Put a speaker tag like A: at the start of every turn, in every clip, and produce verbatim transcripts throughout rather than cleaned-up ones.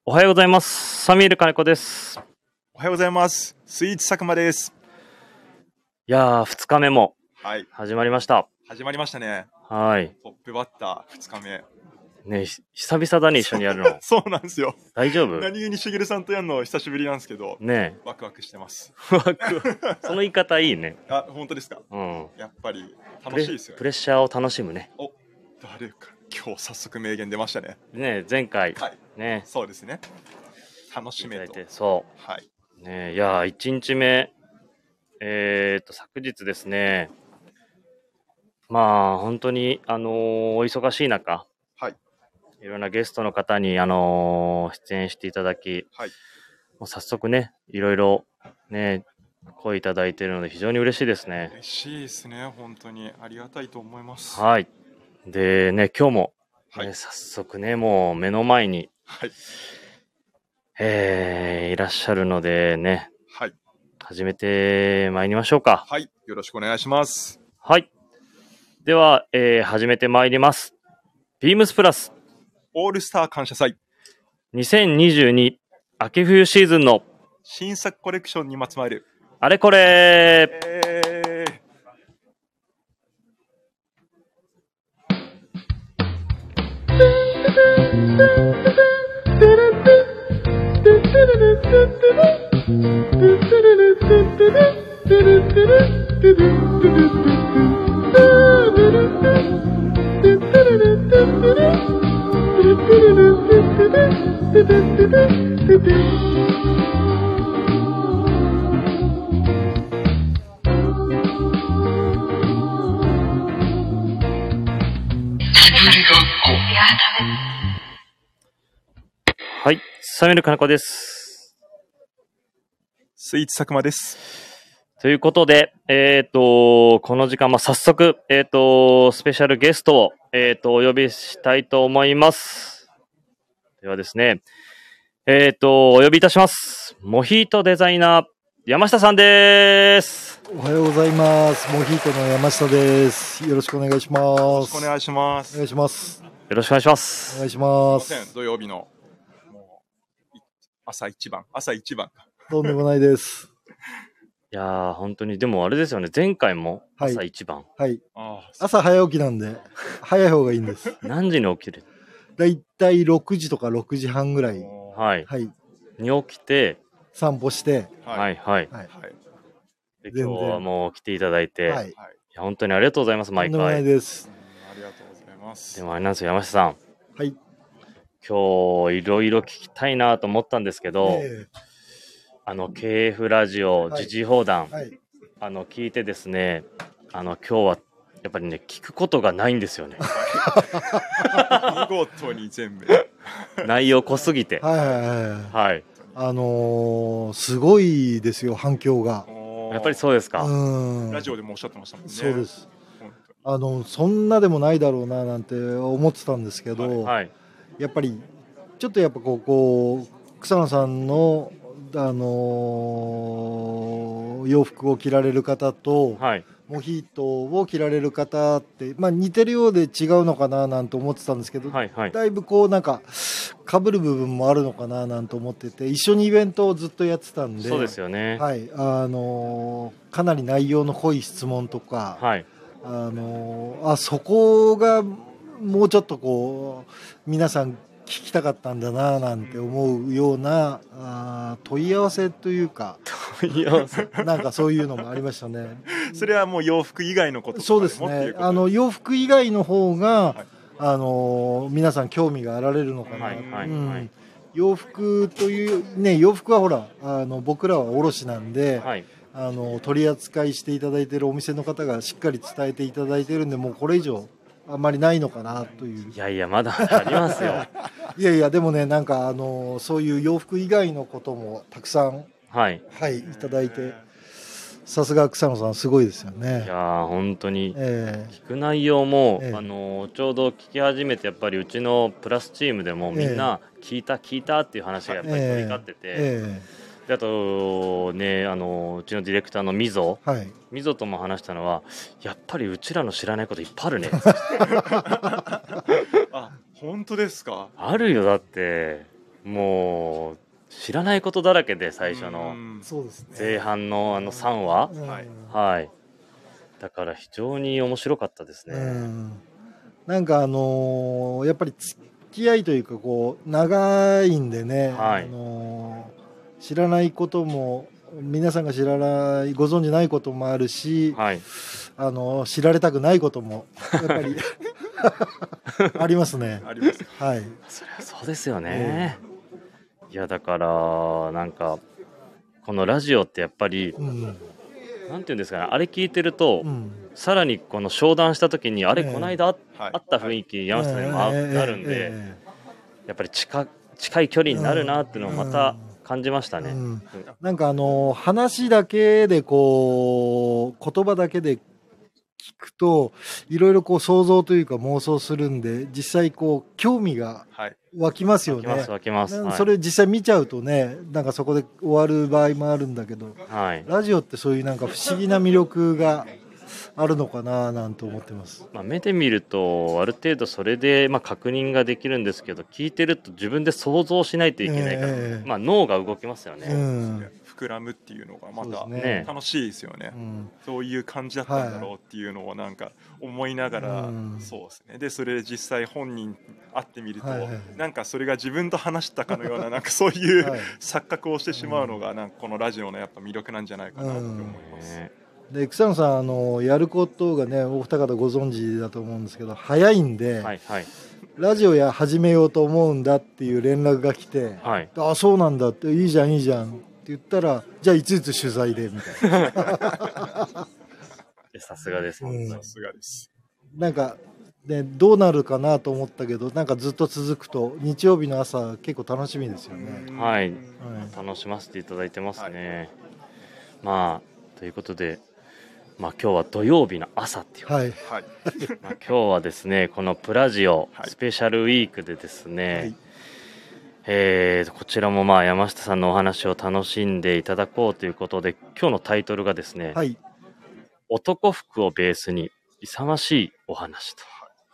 A: おはようございます。サミュエル金子です。
B: おはようございます。スイーツ佐久間です。
A: いやー、ふつかめも
B: はい。
A: 始まりました。
B: 始まりましたね。
A: はい。
B: トップバッターふつかめ。
A: ね、ひ久々だね、一緒にやるの。
B: そうなんですよ。
A: 大丈夫？
B: 何気にしげるさんとやるの久しぶりなんですけど、
A: ね
B: ワクワクしてます。
A: ワクワク。その言い方いいね。
B: あ、本当ですか。
A: うん。
B: やっぱり
A: プレ
B: 楽しいですよね。
A: プレッシャーを楽しむね。
B: お、誰か。今日早速名言出ましたね。
A: ね前回、
B: はい。
A: ね、
B: そうですね。楽しめと。
A: いただいて、そ
B: はい。
A: う。ねいやー、いちにちめ、えーと、昨日ですね、まあ、本当に、あのーお忙しい中、
B: はい。
A: いろんなゲストの方に、あのー出演していただき、
B: はい。
A: もう早速ね、いろいろね、声いただいているので非常に嬉しいですね。
B: 嬉しいですね。本当にありがたいと思います。
A: はい。でね、今日も、ね
B: はい
A: 早速ね、もう目の前に、
B: はい。
A: えーいらっしゃるのでね、
B: はい。
A: 始めてまいりましょうか。
B: はい。よろしくお願いします。
A: はい。では、えー始めてまいります。ビームスプラス
B: オールスター感謝祭。
A: にせんにじゅうに秋冬シーズンの
B: 新作コレクションにまつわる
A: あれこれ。
B: えー
A: はい、サミュエル金子です。
B: スイーツ佐久間です。
A: ということで、えっ、と、この時間、まあ、早速、えっ、と、スペシャルゲストを、えっ、と、お呼びしたいと思います。ではですね、えっ、と、お呼びいたします。モヒートデザイナー、山下さんです。
C: おはようございます。モヒートの山下です。よろしくお願いします。よろ
B: しくお願いします。
C: お願いします。
A: よろしくお願いします。
C: お願いします。
B: すいません、土曜日のもう朝一番、朝一番。
C: とんでもないです。
A: いやー、本当に、でもあれですよね、前回も朝一番。
C: はい。
B: あ
C: 朝早起きなんで、早い方がいいんです。
A: 何時に起きる？
C: だいたいろくじとかろくじはんぐらい、
A: はい。
C: はい、
A: に起きて、
C: 散歩して、
A: はいはい。
C: はい。
B: はい。
A: で
C: 全然
A: 今日はもう来ていただいて、
C: はい。
A: いや本当にありがとうございます、毎
C: とんでもない
A: 回。
C: です。
B: ありがとうございます。
A: でもあれなんですよ、山下さん。
C: はい。
A: 今日いろいろ聞きたいなと思ったんですけど、
C: え
A: あの ケーエフ ラジオ
C: はい
A: 時事放談、
C: ーはい。
A: あの聞いてですね、あの今日はやっぱりね聞くことがないんですよね。
B: 見事に全部。
A: 内容濃すぎて。
C: はいはいはい。
A: はい。
C: あのー、すごいですよ、反響が。
A: やっぱりそうですか。
C: うん。
B: ラジオでもおっしゃってましたもんね。
C: そうです。
B: 本
C: あのそんなでもないだろうななんて思ってたんですけど、
A: はい。
C: やっぱりちょっとやっぱこうこう草野さんの、あのー洋服を着られる方と、
A: はい。
C: モヒートを着られる方って、まあ、似てるようで違うのかななんて思ってたんですけど、
A: はいはい。
C: だいぶこうなんか被る部分もあるのかななんて思ってて、一緒にイベントをずっとやってたんで、
A: そうですよね。
C: はい、あのーかなり内容の濃い質問とか、
A: はい。
C: あのあそこがもうちょっとこう皆さん聞きたかったんだななんて思うようなあ問い合わせというか
A: いや、
C: なんかそういうのもありましたね。
B: 当それはもう洋服以外のこととか
C: そうです
B: もっていうこと
C: ね。あの洋服以外の方が、
B: はい
C: あの皆さん興味があられるのかな。
A: はいはい
C: うん
A: はい。
C: 洋服というね、洋服はほらあの僕らは卸なんで、
A: はい。
C: あの取り扱いしていただいているお店の方がしっかり伝えていただいているんで、もうこれ以上あんまりないのかなという。
A: いやいや、まだありますよ。
C: いやいや、でもね、なんかあのそういう洋服以外のこともたくさん、
A: はい。
C: はい、いただいて、さすが草野さんすごいですよね。
A: いやー、本当に。
C: え
A: 聞く内容も、
C: ええ
A: あのーちょうど聞き始めてやっぱりうちのプラスチームでもみんな聞いた聞いたっていう話がやっぱり飛び交ってて、
C: え
A: であとねあのーうちのディレクターのみぞ
C: えはい。
A: みぞとも話したのはやっぱりうちらの知らないこといっぱいあるね
B: あ、本当ですか。
A: あるよだってもう知らないことだらけで最初の
B: うん
C: そうですね。
A: 前半のあのさんわ、
C: うん
B: はい
A: はい、だから非常に面白かったですね。
C: うんなんかあのーやっぱり付き合いというかこう長いんでね、
A: はい
C: あのー知らないことも皆さんが知らないご存じないこともあるし、
A: はい、
C: あのー知られたくないこともやっぱりありますね。
B: あります。
C: はい。
A: そりゃそうですよね。いやだからなんかこのラジオってやっぱり
C: うん。
A: なんていうんですかね、あれ聞いてると、
C: うん。
A: さらにこの商談した時にあれ、
C: ええ
A: この間あ
B: はい
A: あった雰囲気、山下さんにもあ
C: ええ
A: なるんで、
C: え
A: やっぱり近近い距離になるなっていうのをまた感じましたね。
C: えうんなんかあのー話だけでこう言葉だけで聞くといろいろこう想像というか妄想するんで実際こう興味が
B: はい。
C: 湧きますよ
A: 湧きます
C: ね。
A: 湧きます。はい
C: なそれ実際見ちゃうとねなんかそこで終わる場合もあるんだけど
A: はい。
C: ラジオってそういうなんか不思議な魅力があるのかななんて思ってます。
A: まあ、目で見るとある程度それでまあ確認ができるんですけど、聞いてると自分で想像しないといけないから、
C: ええ
A: まあ、脳が動きますよ
C: う
A: ね。
C: ん
B: 膨らむっていうのがまた
C: そうです
A: ね
B: 楽しいですよね。
C: うん
B: そういう感じだったんだろうっていうのをなんか思いながら、
C: うん
B: そうですね。でそれ実際本人会ってみると、
C: はいはい
B: なんかそれが自分と話したかのようななんかそういう、
C: はい
B: 錯覚をしてしまうのがなんかこのラジオのやっぱ魅力なんじゃないかなって思います。
A: ね
C: で草野さんあのやることがねお二方ご存知だと思うんですけど早いんで、
A: はいはい
C: ラジオや始めようと思うんだっていう連絡が来て、
A: はい。
C: あそうなんだっていいじゃんいいじゃんって言ったらじゃあいついつ取材でみたいな
A: さすがです。
C: うん
B: さすがです。
C: なんか、ね、どうなるかなと思ったけどなんかずっと続くと日曜日の朝結構楽しみですよね。
A: はい
B: うん
C: はい
A: 楽しませていただいてますね。まあということで、まあ、今日は土曜日の朝っていう、
C: はい
B: はい。
A: まあ、今日はですねこのプラジオ
B: はい
A: スペシャルウィークでですね、
C: はい
A: えーこちらもまあ山下さんのお話を楽しんでいただこうということで今日のタイトルがですね、
C: はい
A: 男服をベースに勇ましいお話と。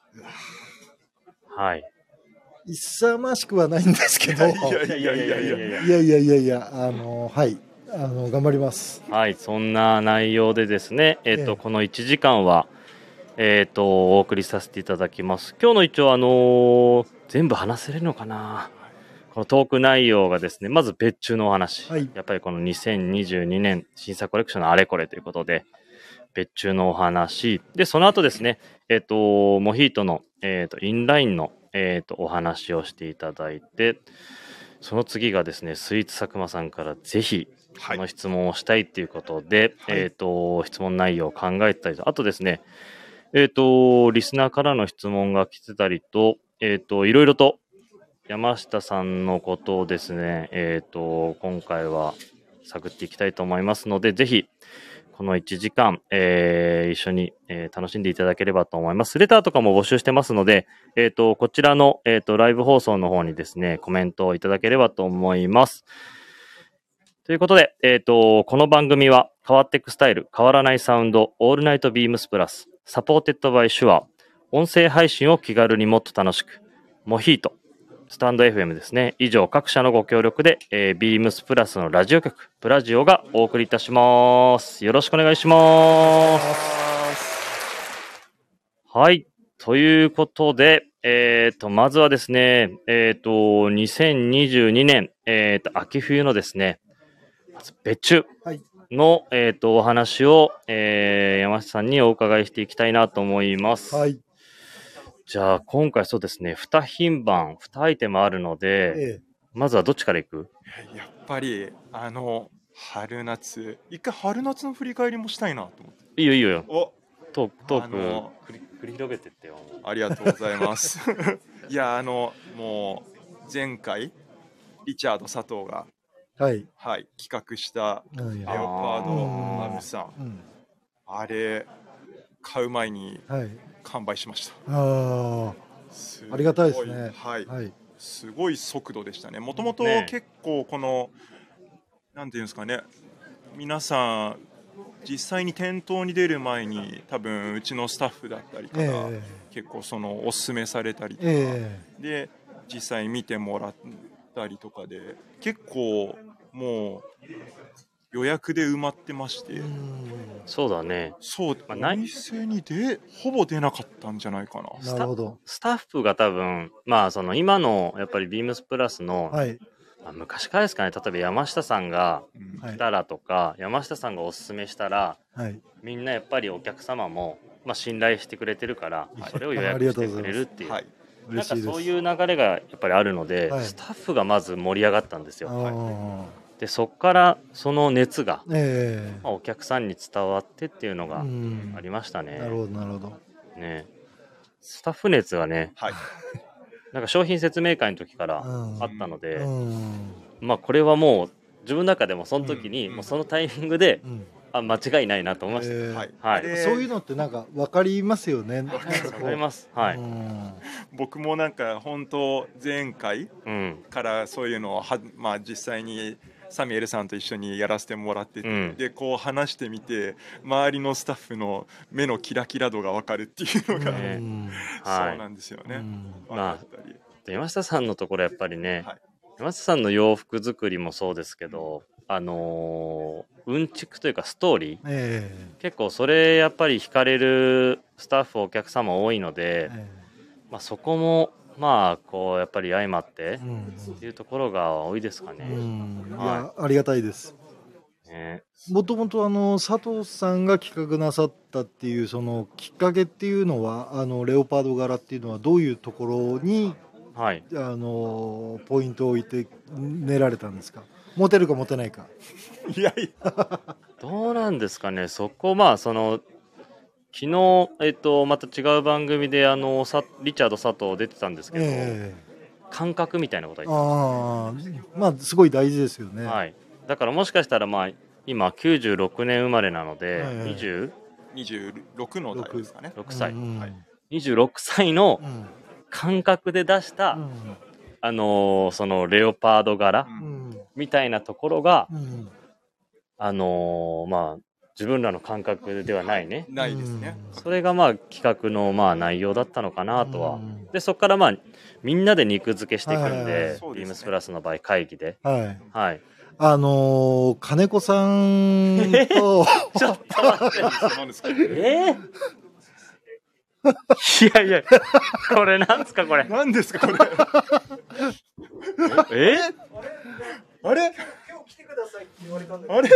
A: はい。
C: 勇ましくはないんですけど
B: いやいやいやいやいや。
C: いやいやいやいやあのはいあの頑張ります。
A: はい、そんな内容でですね、えっ、と、
C: ええ
A: このいちじかんは、えっ、と、お送りさせていただきます。今日の一応、あのー全部話せるのかな。このトーク内容がですね、まず別注のお話。
C: はい
A: やっぱりこのにせんにじゅうにねん審査コレクションのあれこれということで、別注のお話。で、その後ですね、えっ、と、モヒートの、えっ、と、インラインの、えっ、と、お話をしていただいて、その次がですね、スイーツ佐久間さんからぜひ、
B: はい
A: この質問をしたいっていうことで、
C: はい
A: えっ、と、質問内容を考えてたりと、あとですね、えっ、と、リスナーからの質問が来てたりと、えっ、と、いろいろと山下さんのことをですね、えっ、と、今回は探っていきたいと思いますので、ぜひ、このいちじかん、えー一緒に、えー楽しんでいただければと思います。レターとかも募集してますので、えっ、と、こちらの、えっ、と、ライブ放送の方にですね、コメントをいただければと思います。ということで、えっ、と、この番組は変わっていくスタイル、変わらないサウンド、オールナイトビームスプラス、サポーテッドバイシュア、音声配信を気軽にもっと楽しく、モヒート、スタンド エフエム ですね。以上各社のご協力で、えー、ビームスプラスのラジオ局、プラジオがお送りいたします。よろしくお願いします。はい。ということで、えっ、と、まずはですね、えっ、と、にせんにじゅうにねん、えっ、と、秋冬のですね、まず別注
C: はい
A: の、えっ、と、お話を、えー山下さんにお伺いしていきたいなと思います。
C: はい
A: じゃあ、今回そうですね、に品番、にアイテムあるので、
C: え
A: まずはどっちからいく？
B: やっぱりあの春夏一回春夏の振り返りもしたいなと思って。
A: いいよいいよ。
B: お、
A: トーク、トー
B: あの
A: ク、繰り繰り広げてってよ。
B: ありがとうございます。いやあのもう前回リチャード佐藤が
C: えはい
B: はい企画した
C: うんいや
B: レオパード
C: うん
B: マムさん、
C: うん
B: あれ買う前に
C: はい
B: 完売しました。
C: あ
B: す
C: あありがたいですね
B: はい、
C: はい
B: すごい速度でしたね。もともと
A: ね
B: 結構この、なんていうんですかね、皆さん実際に店頭に出る前に多分うちのスタッフだったりから、
C: え
B: 結構そのおすすめされたりとか、
C: ええ
B: で実際見てもらったりとかで結構もう予約で埋まってまして、
C: うん
A: そうだね。
B: そう、
A: まあない
B: お店にでほぼ出なかったんじゃないかな。
C: なるほど。
A: スタッフが多分、まあその今のやっぱりビームスプラスの、
C: はい。
A: まあ昔からですかね、例えば山下さんが
B: うん
C: はい
A: 来たらとか、山下さんがおすすめしたら、
C: はい。
A: みんなやっぱりお客様も、まあ、信頼してくれてるから、
B: はい
A: それを予約してくれるっていう。
B: はい、
A: なんか
C: 嬉しいです。
A: そういう流れがやっぱりあるので、
C: はい
A: スタッフがまず盛り上がったんです
C: あ
A: よ。
C: ー
A: で、そこからその熱が、
C: え
A: まあ、お客さんに伝わってっていうの
C: え
A: が
C: うん
A: ありましたね。
C: なるほど、なるほど。
A: ね。スタッフ熱はね、
B: はい、
A: なんか商品説明会の時から
C: うん
A: あったので、
C: うん
A: まあこれはもう自分の中でもその時に、
B: うん
A: もうそのタイミングで、
C: うん
A: あ、間違いないなと思いました。
C: ええ
B: はい
A: はい
B: で
C: そういうのってなんか分かりますよね。
A: わかります。はい。
C: うん
B: 僕もなんか本当前回
A: うん。
B: からそういうのをは、まあ、実際にサミュエルさんと一緒にやらせてもらってて、
A: うん
B: でこう話してみて周りのスタッフの目のキラキラ度が分かるっていうのが、
A: ね
C: うん
B: そうなんですよね、
C: うん
B: 分かったり、
A: で山下さんのところやっぱりね、
B: はい
A: 山下さんの洋服作りもそうですけど、あのーうんちくというかストーリー、
C: え
A: 結構それやっぱり惹かれるスタッフお客様多いので、
C: ええ
A: まあ、そこもまあこうやっぱり相まって
C: えうん
A: っていうところが多いですか
C: う
A: ね。
C: んい
A: は
C: やありがたいです。
A: ね
C: もともとあの佐藤さんが企画なさったっていうそのきっかけっていうのはあのレオパード柄っていうのはどういうところに
A: はい。
C: あのポイントを置いて練られたんですか。モテるかモテないか。
B: いやいや
A: どうなんですかね、そこまあその昨日、えっと、また違う番組であのさリチャード佐藤出てたんですけど、
C: え
A: 感覚みたいなこと
C: え
A: 言って
C: ああまあすごい大事ですよね。
A: はい、だからもしかしたらまあ今きゅうじゅうろくねん生まれなので、
C: はいはい
A: にじゅう
B: にじゅうろくの代ですかね
A: ろくさい、
C: うん
B: はい
A: にじゅうろくさいの
C: うん
A: 感覚で出した、
C: うん
A: あのーそのレオパード柄
B: うん
C: うん
A: みたいなところが、
C: うん
A: あのーまあ自分らの感覚ではないね、
B: ないですね、
A: それがまあ企画のまあ内容だったのかなとは、
C: うん
A: でそこからまあみんなで肉付けしていくん
C: はいはいはい
A: で、
B: そうですね
A: ビームスプラスの場合会議で、
C: はい
A: はい、
C: あのー金子さんと
A: ちょっと待って
B: なんですか
A: えー、いやいやこれなんですかこれ
B: 何ですかこれ
A: え
B: あれ
D: 今日来てくださいって言われたんだけ
B: あれ
A: い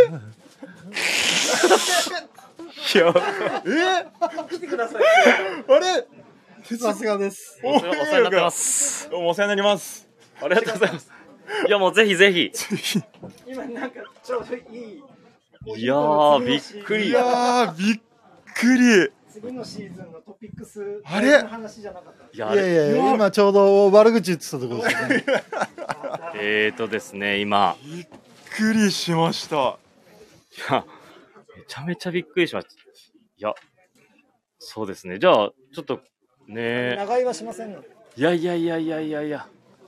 A: や
B: え
D: ど来てくださいって
B: あれ
C: さすがです。
A: お世話お世話になってます
B: どうもお世話になります
A: ありがとうございますいやもうぜひぜひ
D: 今なんかちょうどいい
A: いやーびっくり
B: いやーびっくり
D: 次のシーズンのトピックス
B: あれ
D: の話じゃなかった
A: いやあれ
C: いやいや今ちょうど悪口言ってたところですよね。
A: えーとですね今
B: びっくりしました
A: いやめちゃめちゃびっくりしましたいやそうですねじゃあちょっとね
D: 長居はしませんので
A: いやいやいやいやいやいや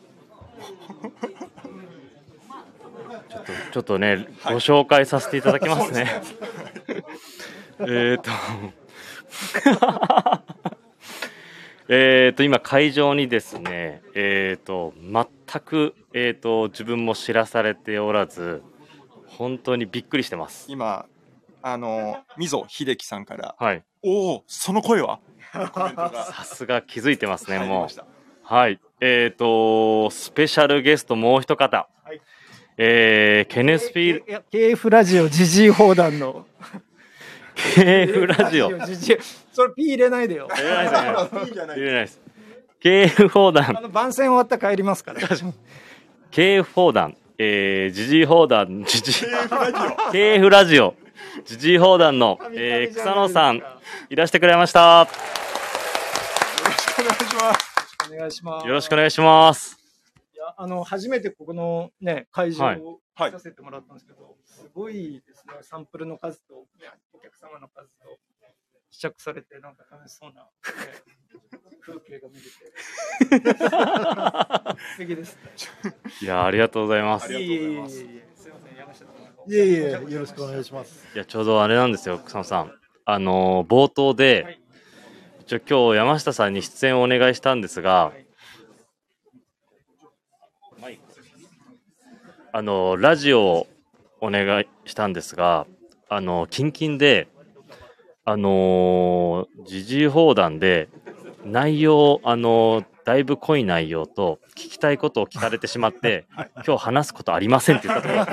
A: ちょっとちょっとね、ご紹介させていただきますね。えっとえっと今会場にですねえっ、と全くえっ、と自分も知らされておらず本当にびっくりしてます。
B: 今あの溝秀樹さんから
A: はい。
B: 「おおその声は?」コメントが
A: さすが気づいてますねもう。
B: 入りました
A: はい。えっ、とスペシャルゲストもう一方。
D: はい
A: えーケネスフィール
D: いや ケーエフ ラジオジジイ砲弾の
A: ケーエフ ラジオ。
D: ジジイそれ P 入れないでよ
A: 入れないですね。
B: いいじゃない
A: 入れないです。ケーエフ 砲弾
D: あの番宣終わったら帰りますから
A: ケーエフ 砲弾、えー、ジジイ砲弾、ジジイ、
B: ケーエフラジオ
A: ケーエフ ラジオ、ジジイ砲弾の、えー、草野さん、いらしてくれました。
B: お願いします
D: お願いします
A: よろしくお願いします。
D: いやあの初めてここのね会場
A: はい
D: を
B: はい
D: させてもらったんですけど、すごいですねサンプルの数と、ね、お客様の数と試着されてなんか楽しそうな、ね、風景が見れて素敵ですね。
A: いや、ありがとうございます。
B: あり
A: い
B: がとうございます
D: いえいえいえすいません山下さん
C: いえいえよろしくお願いします。
A: や、ちょうどあれなんですよ、草野さん。あのー、冒頭で、
D: はい
A: 一応今日山下さんに出演をお願いしたんですが、 あのラジオをお願いしたんですが、あのキンキンで、あの時事放談で内容、あのだいぶ濃い内容と聞きたいことを聞かれてしまって、今日話すことありませんって言ったところ。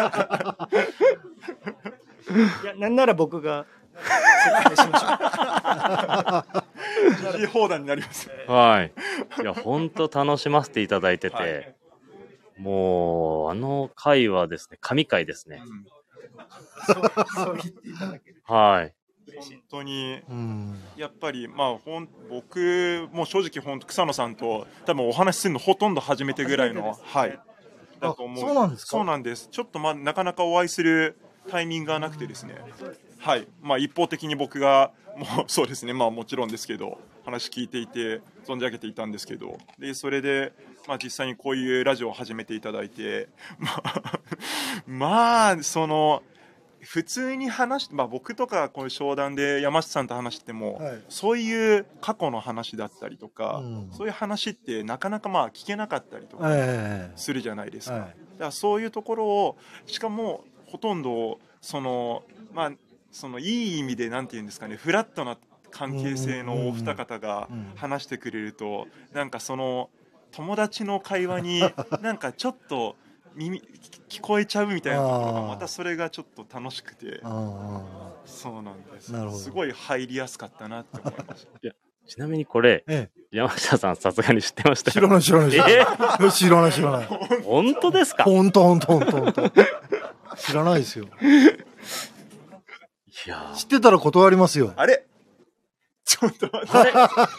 D: いや、なんなら僕が説明しましょう。
B: 時事放談になります。
A: はい。いや、本当楽しませていただいてて、
B: はい、
A: もう、あの回はですね、神回ですね。
B: うん、
D: そうそう言っていただける。
A: はい。
B: 本当に、
C: うん、
B: やっぱり、まあ、ほん僕も正直本当草野さんと多分お話しするのほとんど初めてぐらいの、はい、だと思う。
C: そうなんですか。
B: そうなんです。ちょっと、まあ、なかなかお会いするタイミングがなくてですね、はい、まあ、一方的に僕がもうそうですね、まあ、もちろんですけど話聞いていて存じ上げていたんですけど、でそれで、まあ、実際にこういうラジオを始めていただいて、まあ、まあ、その普通に話して、まあ、僕とかこういう商談で山下さんと話しても、はい、そういう過去の話だったりとか、うん、そういう話ってなかなかまあ聞けなかったりとかするじゃないですか、はいはい、だからそういうところをしかもほとんどその、まあ、そのいい意味でなんていうんですかね、フラットな関係性のお二方が話してくれると、なんかその友達の会話になんかちょっと耳聞こえちゃうみたいなところがまたそれがちょっと楽しくて、そうなんです。すごい入りやすかったなって思いました。
A: いや、ちなみにこれ、ええ、山下さんさすがに知ってましたよ。
C: 知らない知らない知らない。えー、知らない知らない。
A: 本当ですか？
C: 本当本当本当本当。知らないですよ。
A: いや
C: 知ってたら断りますよ。
B: あれ？ちょっと待って。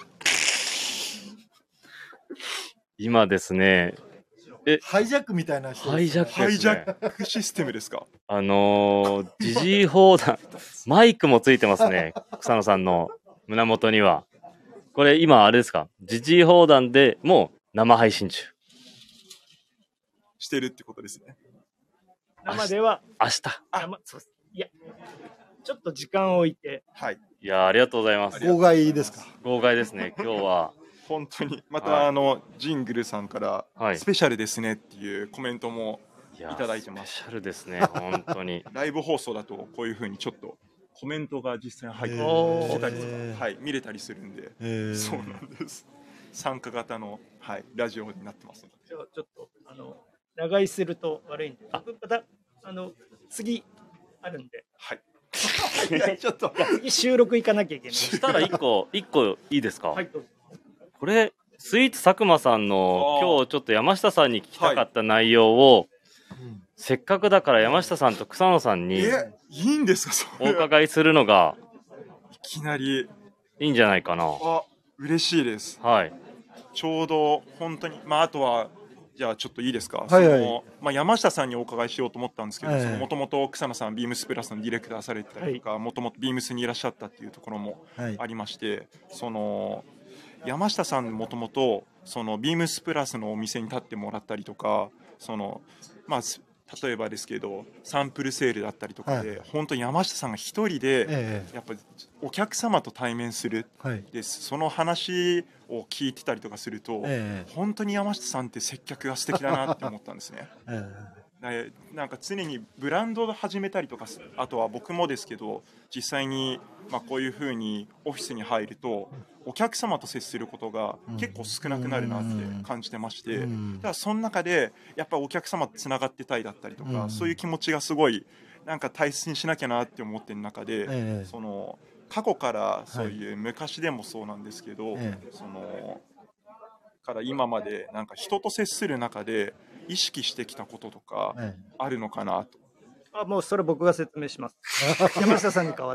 A: 今ですね。
C: えハイジャックみたいな人、
A: ハイジャック、ね、
B: ハイジャックシステムですか？
A: あのー、時事放談マイクもついてますね、草野さんの胸元には。これ今あれですか、時事放談でもう生配信中
B: してるってことですね。
D: 生では
A: 明日
D: 生そうです。いやちょっと時間を置いて、
B: はい、
A: いやありがとうございます。
C: 号外ですか？
A: 号外ですね。今日は
B: 本当にまた、はい、あのジングルさんから、はい、スペシャルですねっていうコメントもいただいてます。
A: スペシャルですね、本当に。
B: ライブ放送だとこういう風にちょっとコメントが実際に入ってたりとか、はい、見れたりするんで、そうなんです。参加型の、はい、ラジオになってますので。
D: ちょっとあの長居すると悪いんで、あまたあの次あるんで。
B: はい。
D: いやちょっと次収録行かなきゃいけない。
A: そしたら一個一個いいですか？
D: はい。
A: これスイーツ佐久間さんの今日ちょっと山下さんに聞きたかった内容を、はい、せっかくだから山下さんと草野さんに
B: えいいんですか？それ
A: お伺いするのが
B: いきなり
A: いいんじゃないかな。
B: あ、嬉しいです。
A: はい。
B: ちょうど本当にまああとはじゃあちょっといいですか？
C: はいはい、
B: そのまあ、山下さんにお伺いしようと思ったんですけど、もともと草野さんビームスプラスのディレクターされてたりとか、もともとビームスにいらっしゃったっていうところもありまして、はい、その山下さんもともとそのビームスプラスのお店に立ってもらったりとか、そのまあ例えばですけどサンプルセールだったりとかで、はい、本当に山下さんが一人で、ええ、やっぱりお客様と対面する、はい、でその話を聞いてたりとかすると、ええ、本当に山下さんって接客が素敵だなって思ったんですね。ええ、なんか常にブランドを始めたりとか、あとは僕もですけど実際にまあこういうふうにオフィスに入るとお客様と接することが結構少なくなるなって感じてまして、だからその中でやっぱりお客様とつながってたいだったりとか、そういう気持ちがすごいなんか大切にしなきゃなって思ってる中で、その過去からそういう昔でもそうなんですけど、そのから今までなんか人と接する中で意識してきたこととかあるのかなと。
D: あ、もうそれ僕が説明します。山下さんに代わって。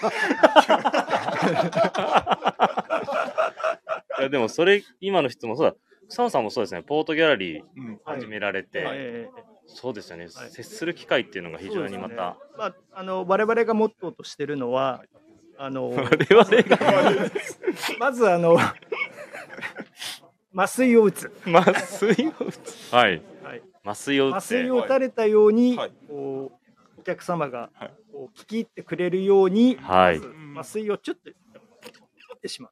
A: いやでもそれ今の質問そうだ。草野さんもそうですね。ポートギャラリー始められて、うんはい、そうですよね、はい。接する機会っていうのが非常にまた、ね、
D: まああの我々がモットーとしてるのは、はい、あの
A: 我々が
D: まずあの麻酔を打つ。
A: 麻酔を打つ。はい。はい、麻酔を打って。
D: 麻酔を打たれたように、はい、こうお客様がこう聞き入ってくれるように、はい、まず麻酔をちょっと打ってしまう。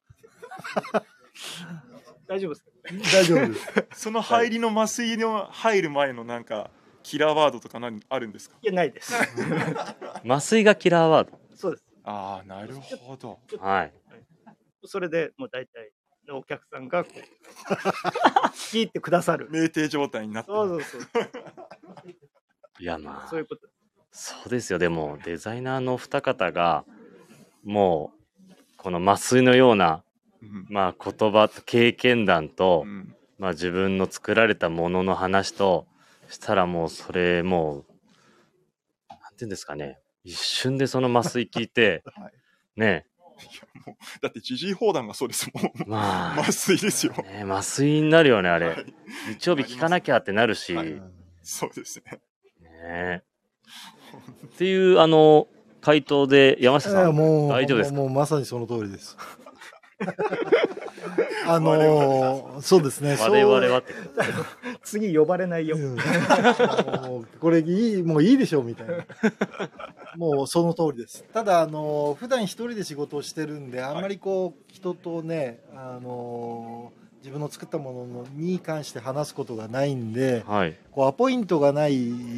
D: 大丈夫ですか？
C: 大丈夫です。
B: その入りの麻酔の入る前のなんかキラーワードとか何あるんですか？
D: いや、ないです。
A: 麻酔がキラーワード。
D: そうです。
B: ああ、なるほど。
A: はい。
D: それでもう大体のお客さんがこう聞いてくださる。
B: 酩酊状態になってる。
D: そうそうそう。
A: いやまあ
D: そういうこと。
A: そうですよ。でもデザイナーの二方がもうこの麻酔のような、うん、まあ言葉と経験談と、うん、まあ自分の作られたものの話としたらもうそれもうなんていうんですかね、一瞬でその麻酔聞いて、はい、ね。
B: いやもうだってジジイ砲弾がそうですもん。まあ麻酔ですよ。
A: ね、麻酔になるよねあれ。はい、日曜日聞かなきゃってなるし。はい、
B: そうですね。
A: ねっていうあの回答で山下さん、
C: もう
A: 大丈夫ですか？
C: もうまさにその通りです。あのー、そうですね。
A: 我々はって
D: 次呼ばれないよ。うん、
C: もうこれいいもういいでしょうみたいな。もうその通りです。ただあのー、普段一人で仕事をしてるんで、あんまりこう人とね、あのー、自分の作ったものに関して話すことがないんで、はい、こうアポイントがない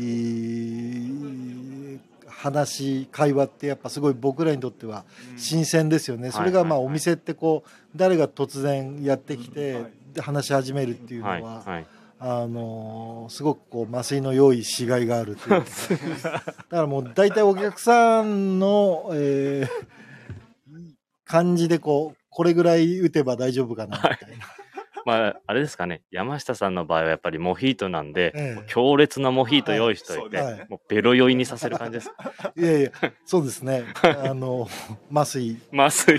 C: 話会話ってやっぱすごい僕らにとっては新鮮ですよね。うん、それがまあお店ってこう誰が突然やってきて話し始めるっていうのは、はいはい、あのー、すごくこう麻酔の良いしがいがあるというだからもう大体お客さんの、えー、感じでこうこれぐらい打てば大丈夫かなみたいな。はい
A: まあ、あれですかね、山下さんの場合はやっぱりモヒートなんで、ええ、強烈なモヒート用意しといて、はい、もうベロ酔いにさせる感じです。
C: いやいや、そうですね。あの、麻酔。
A: 麻酔。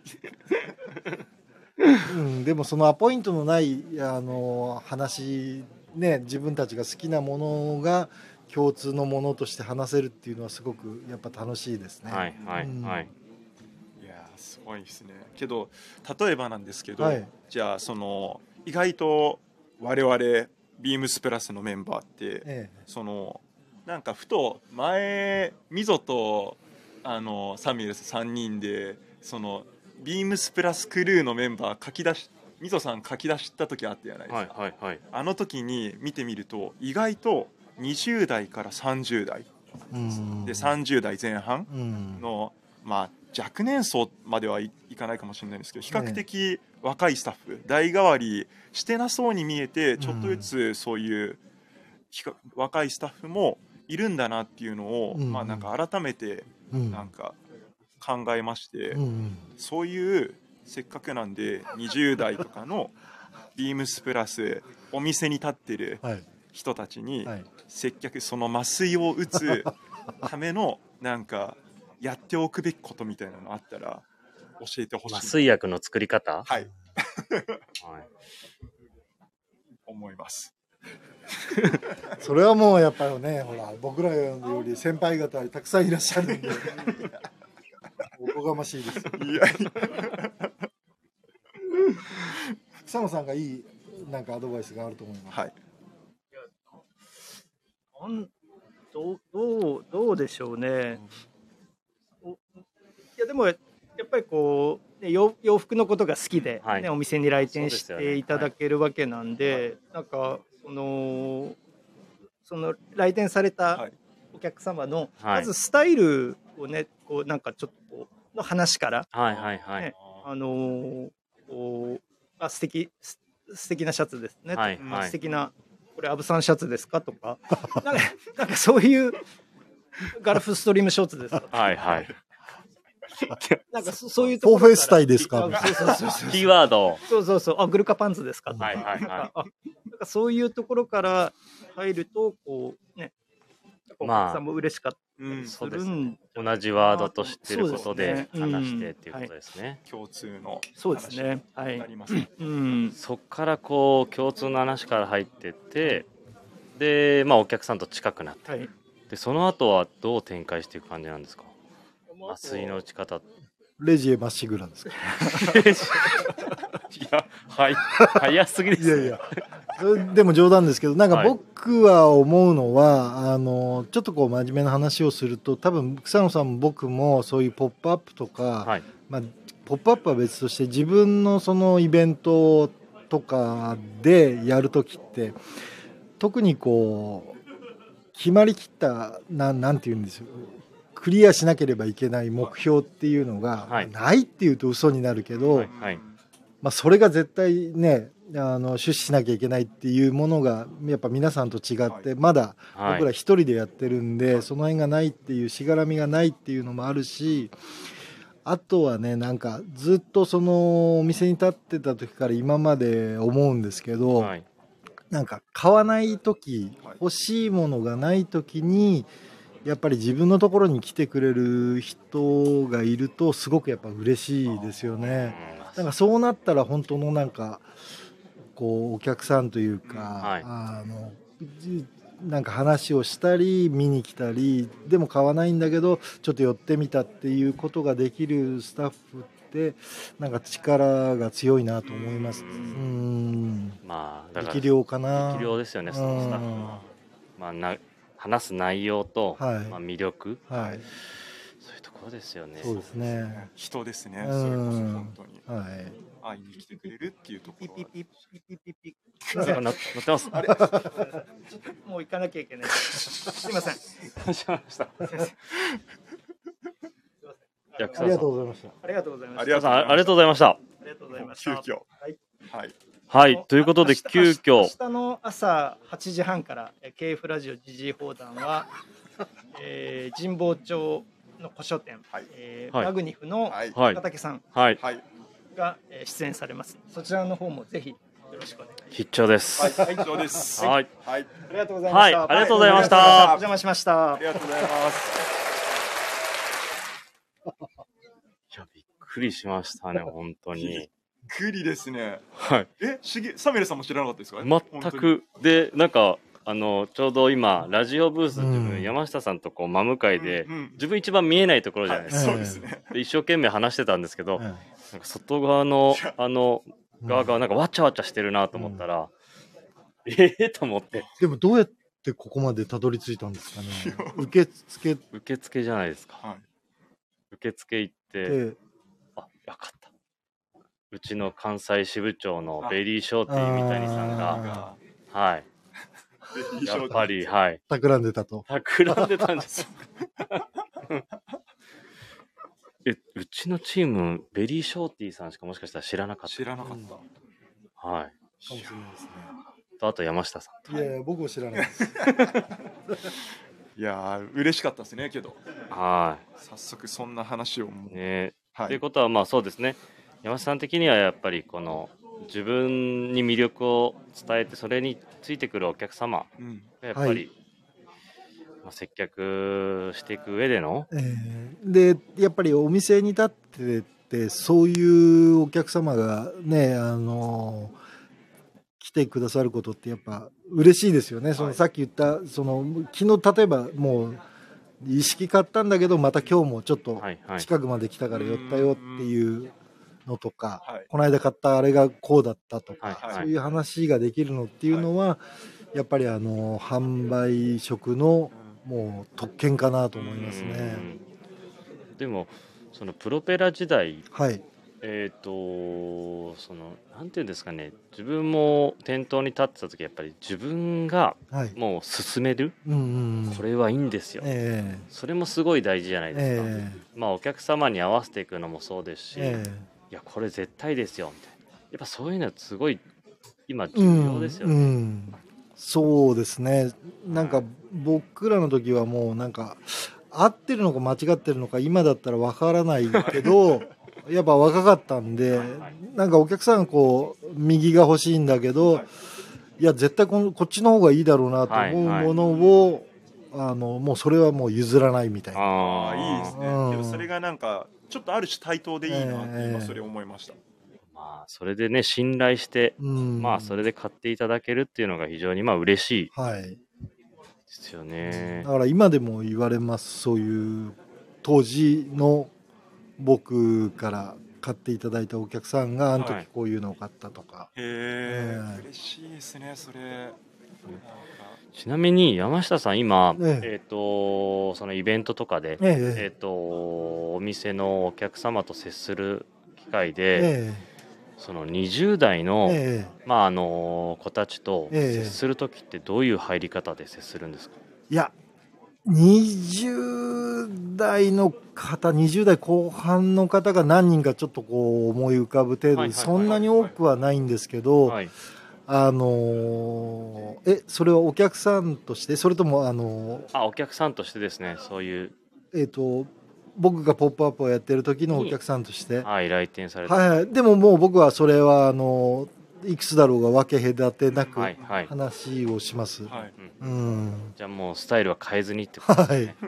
C: うん、でもそのアポイントのないあの話、ね、自分たちが好きなものが共通のものとして話せるっていうのはすごくやっぱ楽しいですね。はいはい、うん、はい。
B: すごいですね。けど例えばなんですけど、はい、じゃあその意外と我々ビームスプラスのメンバーって、ええ、そのなんかふと前ミゾとあのサミュエルスさんにんでそのビームスプラスクルーのメンバー書き出しミゾさん書き出した時あったじゃないですか、はいはいはい、あの時に見てみると意外とにじゅう代からさんじゅう代でさんじゅう代前半のまあ若年層まではいかないかもしれないですけど比較的若いスタッフ、ね、代替わりしてなそうに見えてちょっとずつそういう若いスタッフもいるんだなっていうのを、うん、まあなんか改めてなんか考えまして、うん、そういうせっかくなんでにじゅう代とかのビームスプラスお店に立ってる人たちに接客その麻酔を打つためのなんかやっておくべきことみたいなのあったら教えてほしい。
A: 麻酔薬の作り方？
B: はい。はい、思います。
C: それはもうやっぱりね、ほら僕らより先輩方たくさんいらっしゃるんで、おこがましいです。いやいや。草野さんがいいなんかアドバイスがあると思います。はい。
D: どうどうどうでしょうね。いやでもやっぱりこう、ね、洋, 洋服のことが好きで、ね、はい、お店に来店していただけるわけなんで、はい、なんかそのその来店されたお客様の、はい、まずスタイルをねこうなんかちょっとの話から、はいはいはい、ね、あのー、こうあ素敵素敵なシャツですね、はいはい、素敵なこれアブさんシャツですかとかなんかなんかそういうガルフストリームショーツですか
A: はいはい
D: なんか そ, そういうところ
C: フォーフェスタイですか
A: そうそうそうそうキーワード
D: そうそうそうあグルカパンツですかとか、はいはいはい、なんかあなんかそういうところから入るとこうねお客さんも嬉しかったりするん、
A: まあ、同じワードと知ってることで話してっていうことですね、
B: 共通の
D: そうですねはい、
A: うん、そっからこう共通の話から入ってってでまあお客さんと近くなって、はい、でその後はどう展開していく感じなんですか？麻酔の打ち方
C: レジへまっしぐらですか？
A: いや、はい、早すぎです。
C: いやいや、でも冗談ですけど、なんか僕は思うのは、はい、あのちょっとこう真面目な話をすると、多分草野さんも僕もそういうポップアップとか、はい、まあポップアップは別として自分のそのイベントとかでやるときって特にこう決まりきったななんて言うんでしょう、クリアしなければいけない目標っていうのが、はい、ないっていうと嘘になるけど、はいはい、まあ、それが絶対ねあの出資しなきゃいけないっていうものがやっぱ皆さんと違ってまだ僕ら一人でやってるんで、はい、その辺がないっていうしがらみがないっていうのもあるし、あとはねなんかずっとそのお店に立ってた時から今まで思うんですけど、はい、なんか買わない時欲しいものがない時にやっぱり自分のところに来てくれる人がいるとすごくやっぱ嬉しいですよね。なんかそうなったら本当のなんかこうお客さんというか、はい、あのなんか話をしたり見に来たりでも買わないんだけどちょっと寄ってみたっていうことができるスタッフってなんか力が強いなと思います。うん、
A: まあだから
C: 力量かな。
A: 力量ですよね、そのスタッフの、まあ、な話す内容と、はい、まあ、魅力、はい、そういうところですよね。
C: そうですね。
B: 人ですね。それこそ本当に、はい、会いに来てくれるっていうところ。
D: ピピピピピピピ。
A: なってます。あれ
D: もう行かなきゃいけない。すみません。
A: おしました。
C: ありがとうございました。
D: ありがとうございました。
A: ありがとうございました。
D: ありがとうございました。
B: 急遽。はい。
A: はい。はい、ということで急遽
D: 明日の朝はちじはんから ケーエフ ラジオ時事放談は、えー、神保町の古書店、はい、えーはい、マグニフの高竹さんが、はいえー、出演されます。そちらの方もぜひよろしくお願いします。
A: 必聴です。
B: はい、必聴です。
A: はい、
D: はい、ありがとうございました。
A: はい、ありがとうございました。
D: お邪魔しました。
B: ありがとうございます。
A: いや、びっくりしましたね、本当に。
B: びっくりですね。
A: はい。
B: え、しげ、サメルさんも知らなかったですか？
A: 全く。で、なんか、あの、ちょうど今、ラジオブース、自分、うん、山下さんとこう、真向かいで、うんうん、自分一番見えないところじゃないですか。
B: はい、そうですね。
A: で、一生懸命話してたんですけど、うん、なんか外側の、あの、側がなんかわちゃわちゃしてるなと思ったら、うん、ええー、と思って。
C: でもどうやってここまでたどり着いたんですかね。受付。
A: 受付じゃないですか。はい、受付行って、あ、わかった。うちの関西支部長のベリーショーティー三谷さんが、はい。やっぱり、はい。
C: 企んでたと。
A: 企んでたんです。え、うちのチーム、ベリーショーティーさんしかもしかしたら知らなかった。
B: 知らなかった。
A: はい。
C: かもしれないですね。
A: と、あと山下さ
C: ん。いやいや、僕も知らないです。
B: いやー、嬉しかったですね、けど。
A: はい。
B: 早速そんな話をもう。
A: ね。はい。ということは、まあそうですね。山下さん的にはやっぱりこの自分に魅力を伝えてそれについてくるお客様がやっぱり、うん、はい、まあ、接客していく上での、
C: えー、でやっぱりお店に立っててそういうお客様がねあの来てくださることってやっぱ嬉しいですよね。そのさっき言ったその昨日例えばもう意識買ったんだけどまた今日もちょっと近くまで来たから寄ったよっていうのとか、はい、この間買ったあれがこうだったとか、はい、そういう話ができるのっていうのは、はい、やっぱりあの販売職のもう特権かなと思いますね。
A: でもそのプロペラ時代、
C: はい、
A: えっとそのなんていうんですかね、自分も店頭に立ってた時やっぱり自分がもう進める、はい、うんうん、これはいいんですよ、えー、それもすごい大事じゃないですか、えー、まあお客様に合わせていくのもそうですし、えーいやこれ絶対ですよみたいな、やっぱそういうのはすごい今重要ですよね、うんうん、
C: そうですね。なんか僕らの時はもうなんか合ってるのか間違ってるのか今だったらわからないけどやっぱ若かったんで、なんかお客さんこう右が欲しいんだけど、いや絶対このこっちの方がいいだろうなと思うものを、あのもうそれはもう譲らないみたいな。
B: ああいいですね、うん、でもそれがなんかちょっとある種対等でいいなって今それ思いました、え
A: ー、まあそれでね信頼して、うん、まあそれで買っていただけるっていうのが非常にまあ嬉しいですよね、
C: はい、だから今でも言われます。そういう当時の僕から買っていただいたお客さんがあの時こういうのを買ったとか、はい、
B: へえー、嬉しいですねそれ。
A: ちなみに山下さん今、えええー、とそのイベントとかで、えええー、とお店のお客様と接する機会で、ええ、そのにじゅう代の、ええまあ、あの子たちと接する時ってどういう入り方で接するんですか？
C: いやにじゅう代の方にじゅう代後半の方が何人かちょっとこう思い浮かぶ程度でそんなに多くはないんですけど、はい、あのー、えそれはお客さんとしてそれともあのー、
A: あお客さんとしてですねそういう
C: えっ、ー、と僕がポップアップをやってる時のお客さんとして
A: はい来店されて、
C: はいはい、でももう僕はそれはあのいくつだろうが分け隔てなく話をします、はいはいうん、
A: じゃあもうスタイルは変えずにってことですね、はい、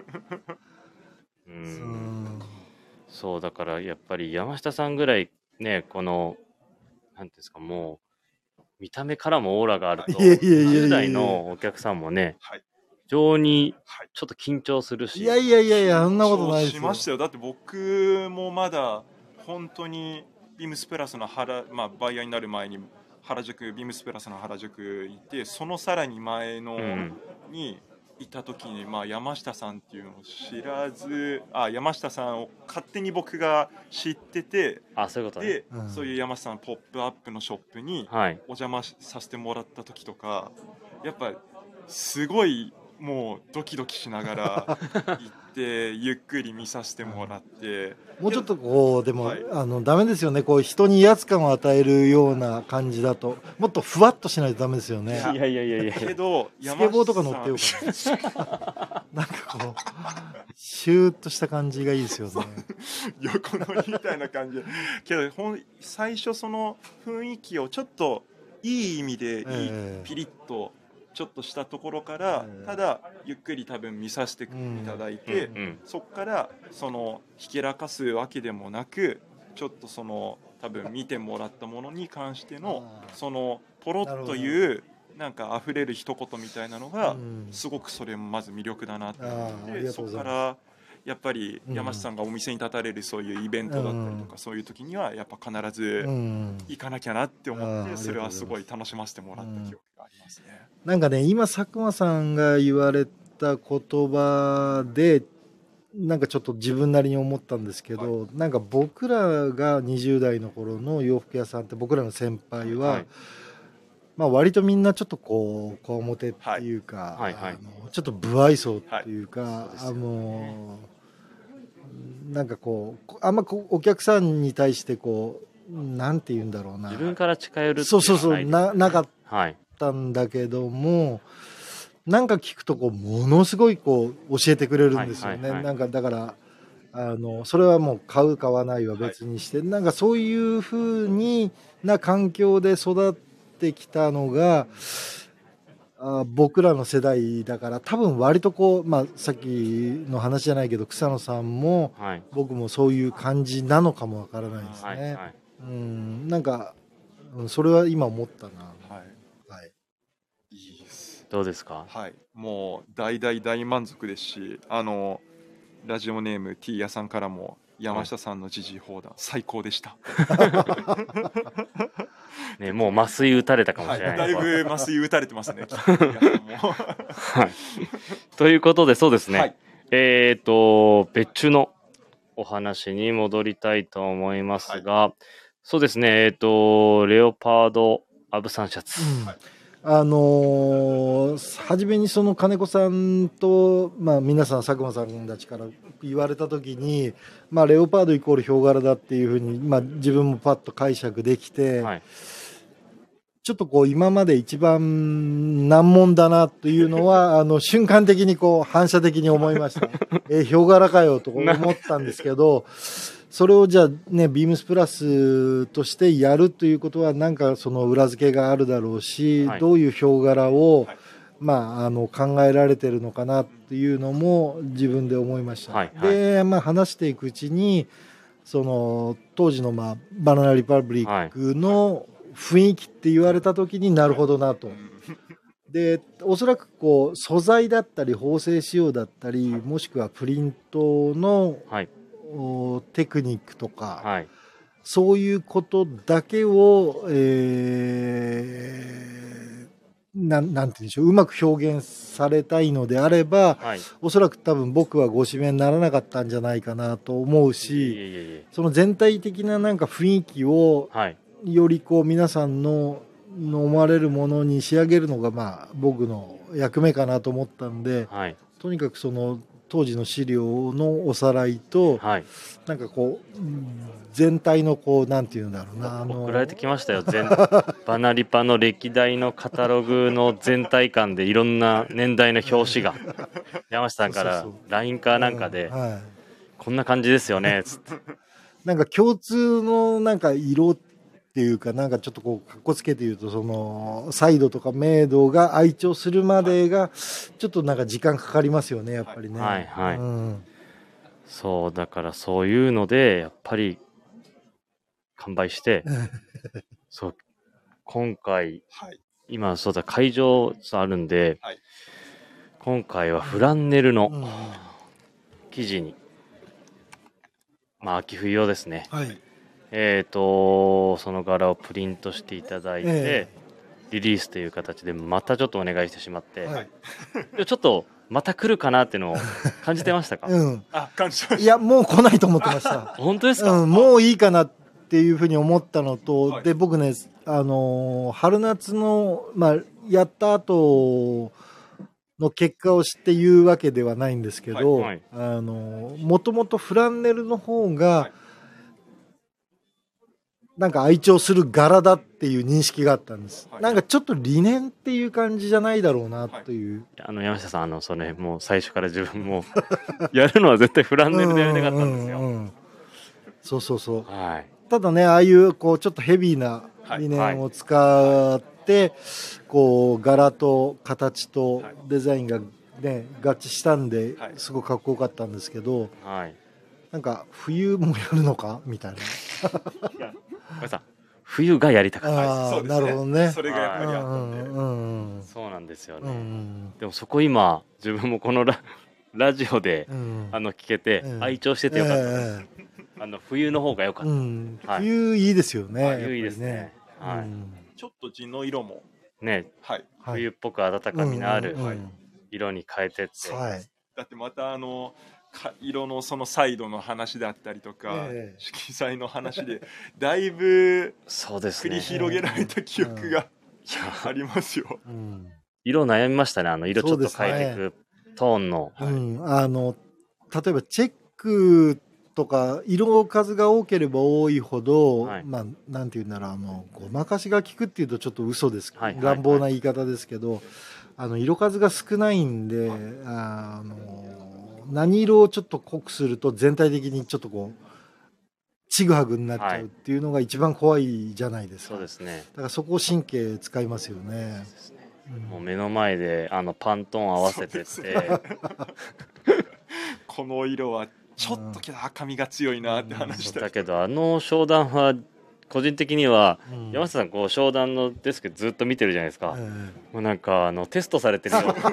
A: うんそうだからやっぱり山下さんぐらいねこのなんていうんですかもう見た目からもオーラがあるとにじゅう代のお客さんもね、はい非常にちょっと緊張するし、
C: いやいやいやいやそんなことないです
B: よ。しましたよ。だって僕もまだ本当にビームスプラスの原、まあ、バイヤーになる前に原宿ビームスプラスの原宿行ってそのさらに前のにいた時に、まあ、山下さんっていうのを知らずあ山下さんを勝手に僕が知ってて
A: あそういうこと、ね、
B: で、うん、そういう山下さんポップアップのショップにお邪魔させてもらった時とかやっぱすごいもうドキドキしながら行ってゆっくり見させてもらって
C: もうちょっとこうでも、はい、あのダメですよねこう人に威圧感を与えるような感じだともっとふわっとしないとダメですよね。
A: いやいやいやいや
B: けど
C: スケボーとか乗ってようかななんかこうシューッとした感じがいいですよね
B: 横乗りみたいな感じけどほん最初その雰囲気をちょっといい意味でいい、えー、ピリッとちょっとしたところからただゆっくり多分見させていただいて、うんうん、そこからそのひけらかすわけでもなくちょっとその多分見てもらったものに関してのそのポロッというなんか溢れる一言みたいなのがすごくそれもまず魅力だなと思って、そこからやっぱり山下さんがお店に立たれるそういうイベントだったりとかそういう時にはやっぱ必ず行かなきゃなって思ってそれはすごい楽しませてもらった記憶がありますね。
C: なんかね今佐久間さんが言われた言葉でなんかちょっと自分なりに思ったんですけど、はい、なんか僕らがにじゅう代の頃の洋服屋さんって僕らの先輩は、はい、まあ割とみんなちょっとこうこわもてっていうか、はいはいはい、あのちょっと不愛想っていうか、はい、あのなんかこうあんまこうお客さんに対してこうなんて言うんだろうな
A: 自分から近寄るっていう
C: そうそうそうななかったんだけども、はいなんか聞くとこうものすごいこう教えてくれるんですよね、はいはいはい、なんかだからあのそれはもう買う買わないは別にして、はい、なんかそういう風にな環境で育ってきたのがあ僕らの世代だから多分割とこう、まあ、さっきの話じゃないけど草野さんも、はい、僕もそういう感じなのかもわからないですね、はいはい、うんなんかそれは今思ったな。
A: どうですか？
B: はい、もう大大大満足ですし、あのラジオネーム T 屋さんからも山下さんの時事放談、はい、最高でした。
A: ね、もう麻酔打たれたかもしれない。
B: はい、だいぶ麻酔打たれてますね。は
A: い。ということでそうですね。はい、えっ、ー、と別注のお話に戻りたいと思いますが、はい、そうですね。えっ、ー、とレオパードアブサンシャツ。うんはい
C: あのー、初めにその金子さんと、まあ、皆さん佐久間さんたちから言われた時に、まあ、レオパードイコールヒョウ柄だっていうふうに、まあ、自分もパッと解釈できて、はい、ちょっとこう今まで一番難問だなというのはあの瞬間的にこう反射的に思いましたえヒョウ柄かよと思ったんですけどそれをじゃあねビームスプラスとしてやるということはなんかその裏付けがあるだろうし、はい、どういうヒョウ柄を、はい、まあ、あの考えられてるのかなっていうのも自分で思いました、はいはい、で、まあ、話していくうちにその当時の、まあ、バナナリパブリックの雰囲気って言われた時になるほどなと。でおそらくこう素材だったり縫製仕様だったりもしくはプリントの、はいテクニックとか、はい、そういうことだけを、えー、な, なんて言うんでしょううまく表現されたいのであれば、はい、おそらく多分僕はご指名にならなかったんじゃないかなと思うし、いえいえいえその全体的ななんか雰囲気を、はい、よりこう皆さんの思われるものに仕上げるのがまあ僕の役目かなと思ったんで、
A: はい、
C: とにかくその当時の資料のおさらいと、
A: はい、
C: なんかこう全体のこうなんていうんだろうな、あの
A: 送られてきましたよ。全バナリパの歴代のカタログの全体感でいろんな年代の表紙が山下さんからラインかなんかで、うん、はい、こんな感じですよねつって。
C: なんか共通のなんか色っていうか、なんかちょっとこうかっこつけて言うと、そのサイドとか明度が愛調するまでがちょっとなんか時間かかりますよね、やっぱりね。
A: はいはい、うん、
C: そ
A: うだからそういうのでやっぱり完売してそう今回、はい、今そうだ会場あるんで、はい、今回はフランネルの生地に、まあ秋冬用ですね、はい、えーとその柄をプリントしていただいて、えー、リリースという形でまたちょっとお願いしてしまって、はい、ちょっとまた来るかなっていうのを感じてましたか？
C: うん、
B: あ、感じました。
C: いやもう来ないと思ってました。
A: 本当ですか？
C: うん、もういいかなっていうふうに思ったのと、はい、で僕ね、あのー、春夏の、まあ、やった後の結果を知って言うわけではないんですけど、はいはい、あのー、もともとフランネルの方が、はい、なんか愛調する柄だっていう認識があったんです、はい、なんかちょっと理念っていう感じじゃないだろうなという、はい、
A: あの山下さん、あのそれもう最初から自分もやるのは絶対フランネルでやりたかったんですよ。うんうんうん、
C: そうそうそう、
A: はい、
C: ただね、ああいうこうちょっとヘビーな理念を使って、はい、こう柄と形とデザインがね合致したんで、すごくかっこよかったんですけど、はい、なんか冬もやるのかみたいな。
A: 冬がやりたかった
C: です。あ、なるほどね。
B: それがやっぱりあったんで、
A: うんうんうん、そうなんですよね。うんうん、でもそこ今自分もこの ラ, ラジオで、うん、あの聞けて、うん、愛調しててよかったです、えー、あの冬の方が良かった、うん、
C: はい、冬いいですよね。
A: 冬いいですね、はい、うん、
B: ちょっと地の色も
A: ね、はい、冬っぽく温かみのある色に変えてって、
B: はい、だってまたあの色のそのサイドの話だったりとか、えー、色彩の話でだいぶ繰り広げられた記憶が、ね、ありますよ、うん、
A: 色悩みましたね。あの色ちょっと変えていく、ね、トーンの、
C: はい、うん、あの例えばチェックとか色数が多ければ多いほど、はい、まあなんていうんだろう、あのごまかしが効くっていうとちょっと嘘です、はい、乱暴な言い方ですけど、はい、あの色数が少ないんで、はい、あの何色をちょっと濃くすると全体的にちょっとこうちぐはぐになっちゃうっていうのが一番怖いじゃないですか。
A: そうですね。
C: だからそこを神経使いますよね。
A: うん、もう目の前であのパントーン合わせてって、
B: この色はちょっとけど赤みが強いなって話した、
A: うん、だけどあの商談は個人的には、うん、山下さんこう商談のデスクずっと見てるじゃないですか、うん、もうなんかあのテストされてるよ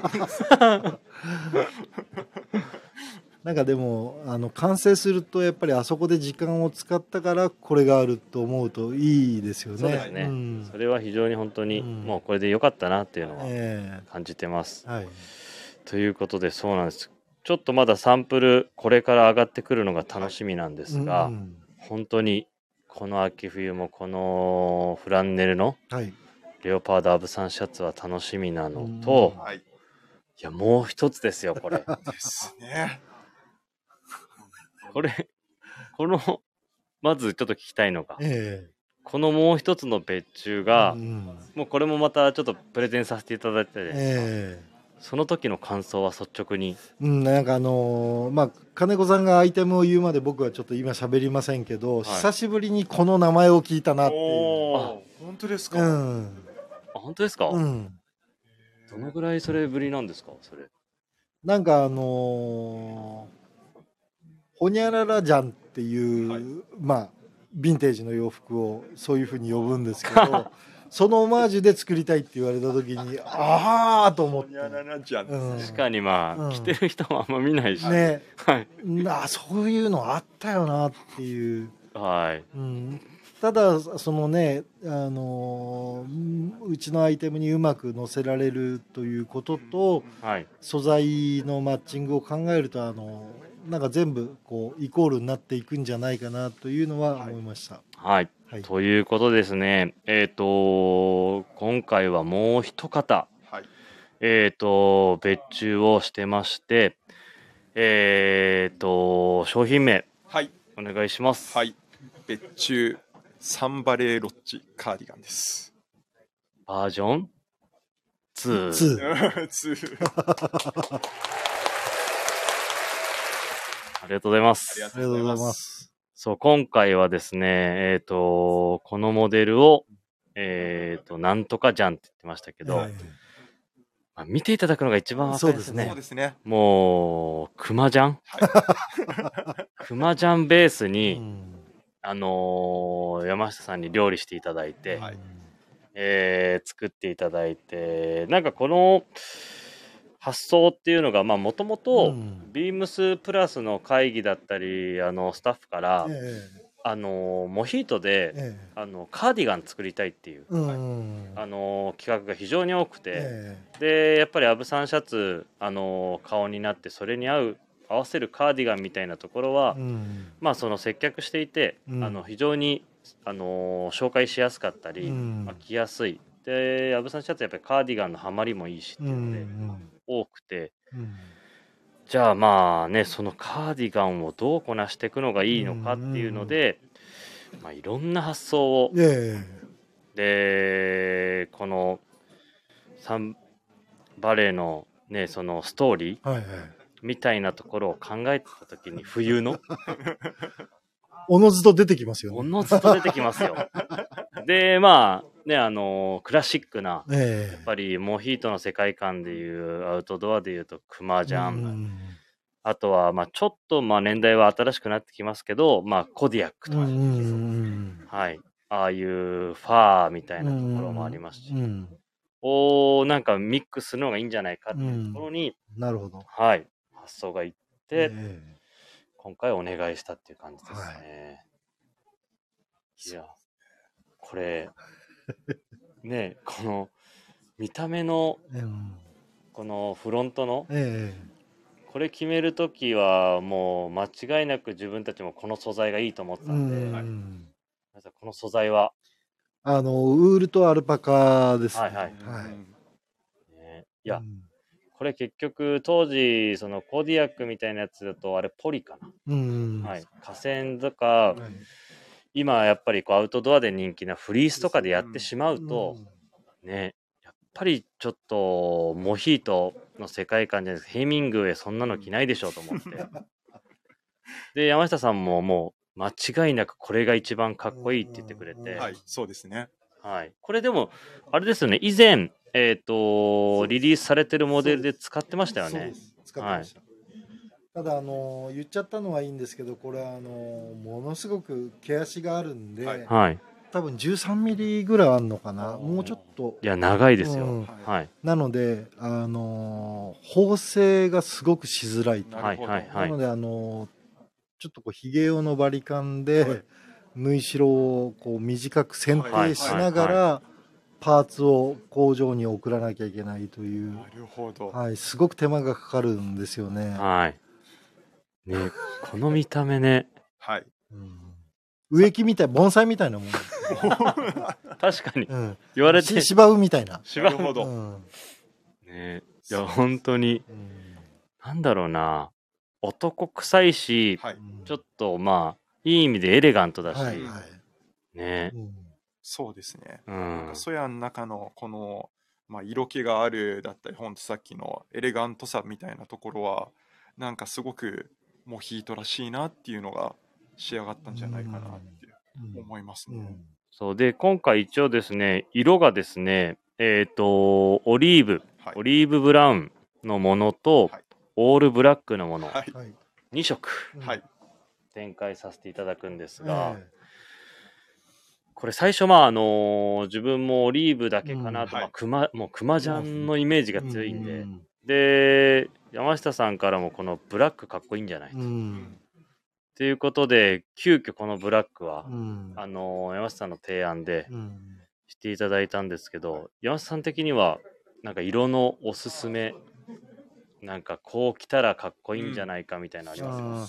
C: なんかでもあの完成するとやっぱりあそこで時間を使ったからこれがあると思うといいですよね。
A: そうですね、うん、それは非常に本当にもうこれで良かったなっていうのは感じてます、えーはい、ということでそうなんです。ちょっとまだサンプルこれから上がってくるのが楽しみなんですが、はいうん、本当にこの秋冬もこのフランネルのレオパードアブサンシャツは楽しみなのと、はい、いやもう一つですよこれ
B: ですね。
A: これこのまずちょっと聞きたいのが、えー、このもう一つの別注が、うん、もうこれもまたちょっとプレゼンさせていただいたじゃないですか、えーその時の感想は率直に、
C: うん、なんかあのー、まあ金子さんがアイテムを言うまで僕はちょっと今喋りませんけど、はい、久しぶりにこの名前を聞いたなっていう。
B: あ、本当ですか、
A: うん、あ本当ですか、うん、どのぐらいそれぶりなんですかそれ。
C: なんかあのー、ホニャララジャンっていう、はい、まあヴィンテージの洋服をそういうふうに呼ぶんですけどそのオマージュで作りたいって言われた時にああと思って、
A: うん、確かにまあ、うん、着てる人もあんま見ないし
C: ね、はい、あそういうのあったよなっていう、
A: はい
C: うん、ただそのね、あのうちのアイテムにうまく載せられるということと、はい、素材のマッチングを考えるとあのなんか全部こうイコールになっていくんじゃないかなというのは思いました。
A: はい、はい
C: はい、
A: ということですね、えっ、ー、と、今回はもう一方、
B: はい、
A: えっ、ー、と、別注をしてまして、えっ、ー、と、商品名、
B: はい、
A: お願いします。
B: はい、別注サンバレーロッジカーディガンです。
A: バージョンツー。
C: ツー。
B: ツー。
A: ありがとうございます。
B: ありがとうございます。
A: そう、今回はですね、えっ、ー、と、このモデルを、えっ、ー、と、なんとかじゃんって言ってましたけど、えーまあ、見ていただくのが一番わかりやすいですね。
B: そうですね。
A: もう、クマジャン、はい、クマジャンベースに、うん、あのー、山下さんに料理していただいて、はい、えー、作っていただいて、なんかこの、発想っていうのが、まあ、もともと、ビームスプラスの会議だったり、あの、スタッフから、えー、あの、モヒートで、えー、あの、カーディガン作りたいっていう、はい、あの、企画が非常に多くて、えー、で、やっぱりアブさんシャツ、あの、顔になって、それに合う、合わせるカーディガンみたいなところは、うん、まあ、その接客していて、うん、あの、非常に、あの、紹介しやすかったり、うん、まあ、着やすい。で、アブさんシャツやっぱりカーディガンのハマりもいいしっていうので、うんうん、多くて、うん、じゃあまあね、そのカーディガンをどうこなしていくのがいいのかっていうので、うんうん、まあ、いろんな発想を、でこのサンバレーのね、そのストーリー、はいはい、みたいなところを考えてた時に冬の
C: おのずと出てきますよね。
A: おのずと出てきますよ。で、まあ、ね、あのー、クラシックな、えー、やっぱりモヒートの世界観でいう、アウトドアでいうと、クマジャン。うん、あとは、まあ、ちょっと、まあ、年代は新しくなってきますけど、まあ、コディアックとか、うん、はい。ああいうファーみたいなところもありますし、うん、を、なんかミックスするのがいいんじゃないかっていうところに、
C: うん、なるほど。
A: はい。発想がいって、えー、今回お願いしたっていう感じですね。はい、いや、これ、ね、この見た目の、このフロントの、えー、これ決めるときはもう間違いなく自分たちもこの素材がいいと思ってたんで、うん、はい、この素材は
C: あのウールとアルパカですね。
A: はいはい、はいね、いや、うん、これ結局当時そのコディアックみたいなやつだとあれポリかな、うん、はい、河川とか、はい、今やっぱりこうアウトドアで人気なフリースとかでやってしまうと、うん、ね、やっぱりちょっとモヒートの世界観じゃないですか、ヘミングウェイそんなの着ないでしょうと思ってで山下さんももう間違いなくこれが一番かっこいいって言ってくれて、
B: はい、そうですね、
A: はい、これでもあれですよね、以前えっ、ー、とリリースされてるモデルで使ってましたよね。
C: 使ってました、はい、ただあの言っちゃったのはいいんですけど、これあのものすごく毛足があるんで、はい、多分じゅうさんミリぐらいあるのかな、もうちょっと、
A: いや長いですよ、うん、
C: はい、なのであの縫製がすごくしづらい、
A: はいはいはい、
C: なのであのちょっとこうひげ用のバリカンで、はい、縫い代をこう短く剪定しながらパーツを工場に送らなきゃいけないという、
B: なるほど、
C: はい、すごく手間がかかるんですよね。
A: はいね、この見た目ね、
B: はい、
C: うん、植木みたい、盆栽みたいなもん
A: 確かに、うん、言われて
C: 芝生みたいな。
B: なるほど、
A: うん、ね、いや本当に、うん、なんだろうな、男臭いし、はい、ちょっとまあいい意味でエレガントだし、はいはい、ね、
B: うん、そうですね、うん、なんかソヤの中のこの、まあ、色気があるだったり、ほんとさっきのエレガントさみたいなところはなんかすごくモヒートらしいなっていうのが仕上がったんじゃないかなって思いますね。うんうん、
A: そうで今回一応ですね、色がですね、えっ、ー、とオリーブ、はい、オリーブブラウンのものと、はい、オールブラックのもの、はい、に色、はい、展開させていただくんですが、えー、これ最初まああのー、自分もオリーブだけかなと、うん、まあ、クマもうクマジャンのイメージが強いんで、うん、で山下さんからもこのブラックかっこいいんじゃないと、うん、っていうことで急遽このブラックは、うん、あのー、山下さんの提案でしていただいたんですけど、山下さん的にはなんか色のおすすめ、なんかこう着たらかっこいいんじゃないかみたいなのありますか？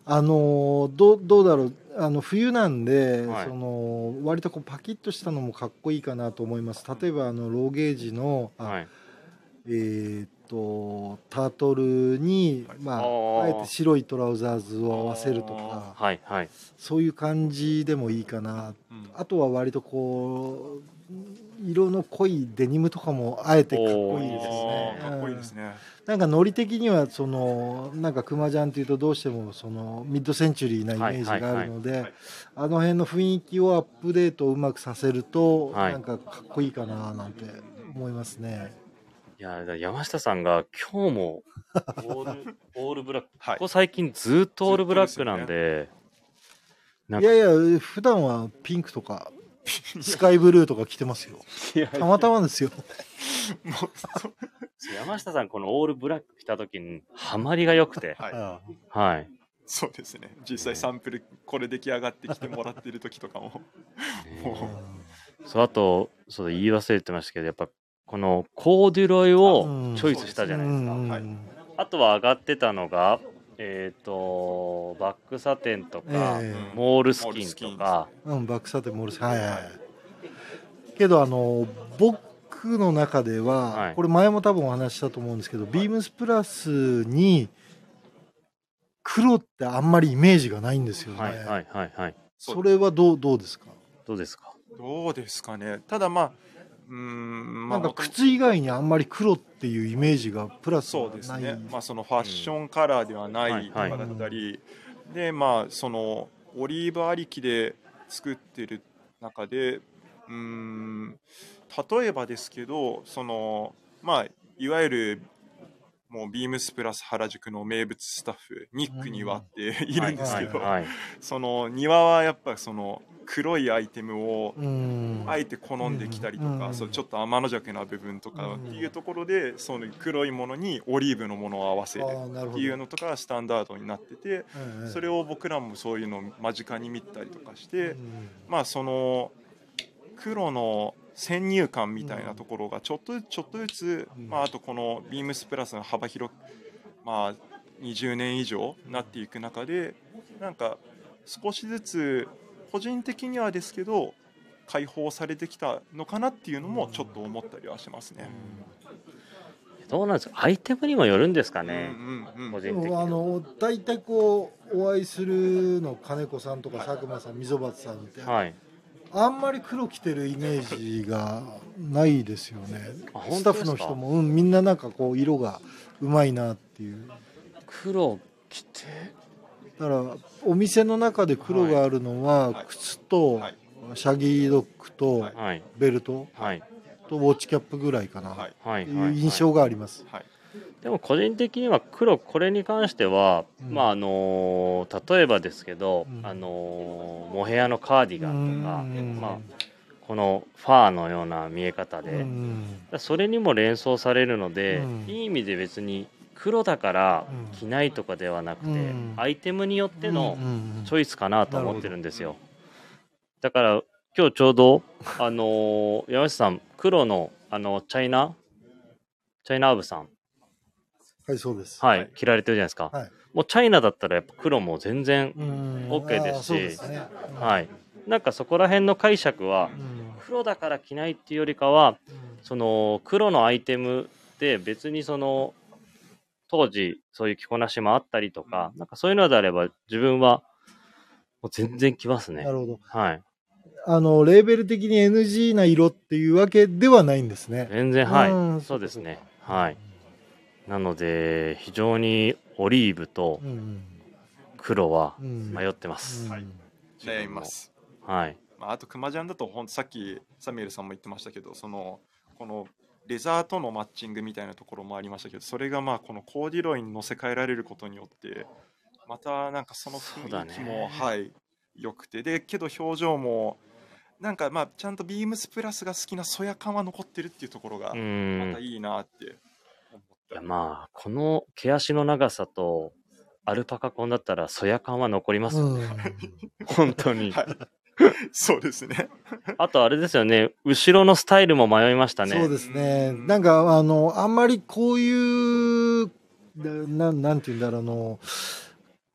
C: あのどうどうだろう、あの冬なんで、
A: はい、
C: その割とこうパキッとしたのもかっこいいかなと思います。例えばあのローゲージの、はい、えー、っとタートルに、まあ、あえて白いトラウザーズを合わせるとか、
A: はいはい、
C: そういう感じでもいいかな、うん、あとは割とこう色の濃いデニムとかもあえてかっこいいですね。
B: かっこいいですね。
C: なんかノリ的にはそのなんかクマジャンっていうとどうしてもそのミッドセンチュリーなイメージがあるので、あの辺の雰囲気をアップデートをうまくさせると、はい、なんかかっこいいかななんて思いますね。
A: いや山下さんが今日もオールオールブラック、はい、ここ最近ずっとオールブラックなんで、
C: ね、いやいや普段はピンクとかスカイブルーとか着てますよ。たまたまですよ。
A: もう山下さんこのオールブラック着た時にハマりが良くて、はい、はい、
B: そうですね。実際サンプルこれ出来上がってきてもらってる時とかも、
A: ね、もうそうあとそう言い忘れてましたけど、やっぱこのコーデュロイをチョイスしたじゃないですか。うんはい、あとは上がってたのがえっ、ー、とバックサテンとか、えー、モールスキンとか、
C: うん、バックサテンモールスキン、はいはい。けどあの僕の中では、はい、これ前も多分お話したと思うんですけど、ビームスプラスに黒ってあんまりイメージがないんですよね。はいはいはいはい。それはどうどうですか。
A: どうですか。
B: どうですかね。ただまあ。うーんまあ、
C: なんか靴以外にあんまり黒っていうイメージがプラス
B: はない。そうですね、まあ、そのファッションカラーではないとかだったり、でまあそのオリーブありきで作ってる中でうーん例えばですけどそのまあいわゆるもうビームスプラス原宿の名物スタッフニックにはっているんですけど、その庭はやっぱその黒いアイテムをあえて好んできたりとか、そうちょっと天の弱な部分とかっていうところでその黒いものにオリーブのものを合わせるっていうのとかスタンダードになってて、それを僕らもそういうのを間近に見たりとかして、まあその黒の先入観みたいなところがちょっとずつちょっとずつ、まあ、あとこのビームスプラスの幅広く、まあ、にじゅうねん以上なっていく中でなんか少しずつ個人的にはですけど解放されてきたのかなっていうのもちょっと思ったりはしますね。
A: どうなんですか、アイテムにもよるんですかね。個人的には。
C: あの大体こうお会いするの金子さんとか佐久間さん、溝端さんって、はい、あんまり黒着てるイメージがないですよね。スタッフの人も、うん、みんななんかこう色がうまいなっていう。
A: 黒着て
C: だからお店の中で黒があるのは靴とシャギードッグとベルトとウォッチキャップぐらいかなっていう印象があります。
A: でも個人的には黒これに関しては、うん、まああの例えばですけど、うん、あのモヘアのカーディガンとか、まあ、このファーのような見え方で、それにも連想されるので、いい意味で別に黒だから着ないとかではなくて、アイテムによってのチョイスかなと思ってるんですよ。だから今日ちょうどあの山下さん黒のあのチャイナチャイナアーブさん、
C: はい、そうです。
A: はい、着られてるじゃないですか。はい、もうチャイナだったらやっぱ黒も全然 OK ですし、ですね、はい、なんかそこら辺の解釈は黒だから着ないっていうよりかは、その黒のアイテムで別にその当時そういう着こなしもあったりとか、なんかそういうのであれば自分はもう全然着ますね。
C: なるほど。
A: はい。
C: あのレーベル的に エヌジー な色っていうわけではないんですね。
A: 全然はい。そうですね。はい。なので非常にオリーブと黒は迷ってます。
B: うんうん、はい、悩みます。
A: はい。
B: まあ、あとクマジャンだとほんとさっきサミュエルさんも言ってましたけど、そのこのレザーとのマッチングみたいなところもありましたけど、それがまあこのコーデュロイに乗せ替えられることによってまたなんかその雰囲気も、ね、はい良くて、でけど表情もなんかまあちゃんとビームスプラスが好きなそや感は残ってるっていうところがまたいいなって。
A: いやまあこの毛足の長さとアルパカコンだったらそや感は残りますよね。本当に。
B: はい、そうですね。
A: あとあれですよね。後ろのスタイルも迷いましたね。
C: そうですね。なんかあのあんまりこういうななんていうんだろうの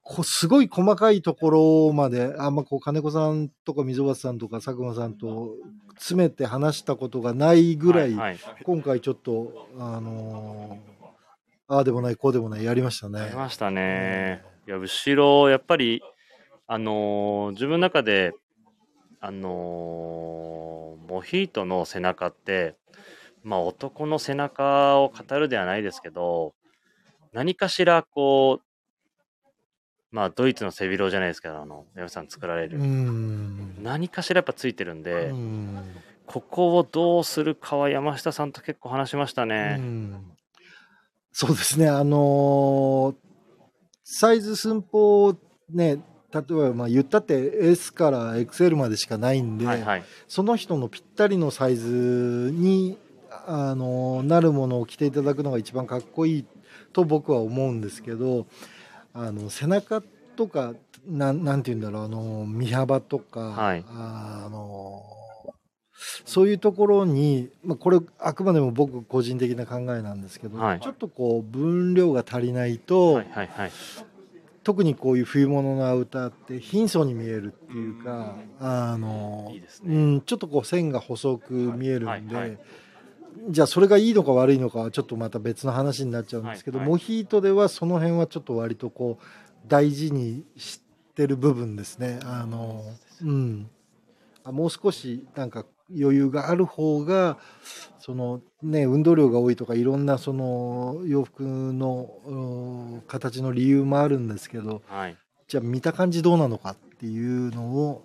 C: こすごい細かいところまであんまこう金子さんとか溝端さんとか佐久間さんと詰めて話したことがないぐらい、はいはい、今回ちょっとあのー、ああでもないこうでもないやりましたね。
A: やりましたね。いや後ろやっぱりあのー、自分の中であのー、モヒートの背中ってまあ男の背中を語るではないですけど何かしらこうまあドイツの背広じゃないですけどあの山さん作られる何かしらやっぱついてるんでここをどうするかは山下さんと結構話しましたね。
C: うんそうですねあのー、サイズ寸法ね例えばまあ言ったって エス から エックスエル までしかないんで、はいはい、その人のぴったりのサイズにあのなるものを着ていただくのが一番かっこいいと僕は思うんですけどあの背中とかな ん, なんて言うんだろうあの身幅とか、はい、あのそういうところに、まあ、これあくまでも僕個人的な考えなんですけど、はい、ちょっとこう分量が足りないと、はいはいはい、特にこういう冬物のアウターって貧相に見えるっていうか、あのいいですね、うん、ちょっとこう線が細く見えるんで、はいはいはい、じゃあそれがいいのか悪いのかはちょっとまた別の話になっちゃうんですけど、はいはい、モヒートではその辺はちょっと割とこう大事にしてる部分ですね。あの、うん、もう少しなんか余裕がある方がそのね運動量が多いとかいろんなその洋服の形の理由もあるんですけど、はい、じゃあ見た感じどうなのかっていうのを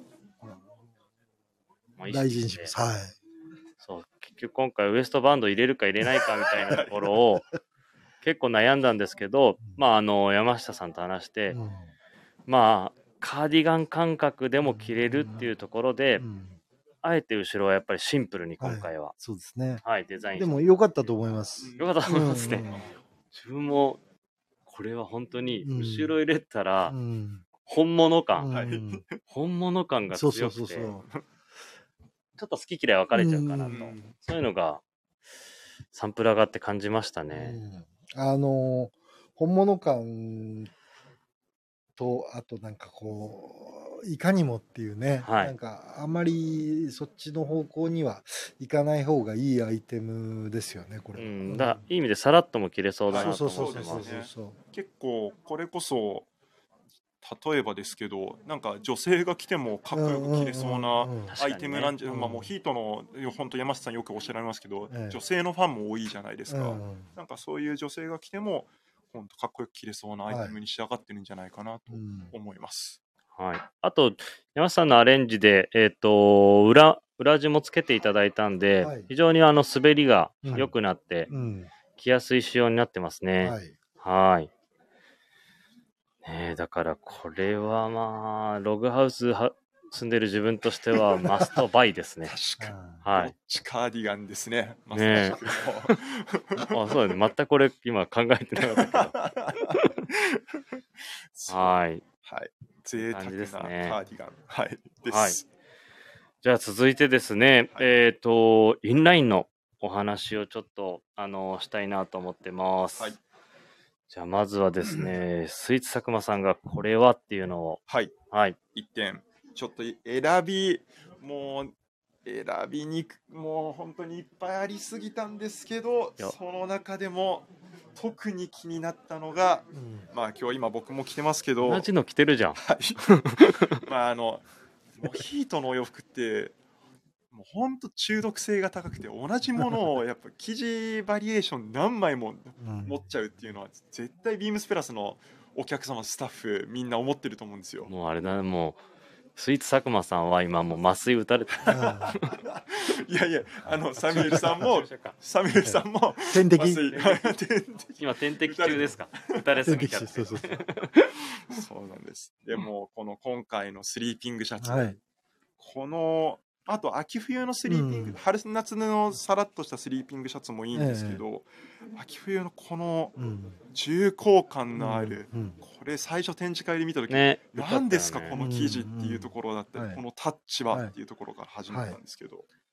C: 大事にします。はい。
A: そう結局今回ウエストバンド入れるか入れないかみたいなところを結構悩んだんですけど、まああの山下さんと話して、うん、まあカーディガン感覚でも着れるっていうところで、うん、あえて後ろはやっぱりシンプルに今回は、はい、
C: そうですね。
A: はい、デザイン
C: でも良かったと思います。
A: 良かったと思いますね。うんうん、自分もこれは本当に後ろ入れたら本物感、うん、本物感が強くて、そうそうそうそうちょっと好き嫌い分かれちゃうかなと、うん、そういうのがサンプラーがあって感じましたね。
C: うん、あの本物感とあとなんかこういかにもっていうね、はい、なんかあんまりそっちの方向にはいかない方がいいアイテムですよねこれは。うん、
A: だいい意味でさらっとも着れそうだなと思ってます。
B: 結構これこそ例えばですけどなんか女性が着てもかっこよく着れそうなアイテムなんじゃ、まあもうヒートの本当山下さんよくおっしゃられますけど、ええ、女性のファンも多いじゃないですか、うん、なんかそういう女性が着ても本当かっこよく着れそうなアイテムに仕上がってるんじゃないかなと思います。
A: はい、はい、あと山下さんのアレンジでえっ、ー、と裏裏地もつけていただいたんで、はい、非常にあの滑りが良くなって、うん、着やすい仕様になってますね。はい。はいね、だからこれはまあログハウスは住んでる自分としてはマストバイですね。
B: 確かに。はい。カーディガンですね。まさ
A: ねあ、そうだね。全くこれ今考えてなかったけど。はい。
B: はい。贅沢なカーディガン。はい。です。
A: はい。じゃあ続いてですね、はい、えっ、ー、とインラインのお話をちょっとあのしたいなと思ってます。はい。じゃあまずはですね、スイーツ佐久間さんがこれはっていうのを、
B: はい、はい、いってんちょっと選びもう選びにくもう本当にいっぱいありすぎたんですけど、その中でも特に気になったのが、うん、まあ今日今僕も着てますけど、
A: 同じの着てるじゃん。
B: はい。まああのモヒートのお洋服ってもう本当中毒性が高くて同じものをやっぱ生地バリエーション何枚も持っちゃうっていうのは絶対ビームスプラスのお客様スタッフみんな思ってると思うんですよ。
A: もうあれだねもうスイーツ佐久間さんは今もう麻酔打たれてる
B: いやいやあのサミュエルさんもサミュエルさんも
C: 点滴
A: 今点滴中ですか打たれすぎちゃってそうそうそう
B: そうなんです。でもこの今回のスリーピングシャツ、はい、このあと秋冬のスリーピング、うん、春夏のさらっとしたスリーピングシャツもいいんですけど、ええ、秋冬のこの重厚感のある、うんうん、これ最初展示会で見た時、ね、何ですか、ね、この生地っていうところだったり、うん、このタッチはっていうところから始めたんですけど、はい、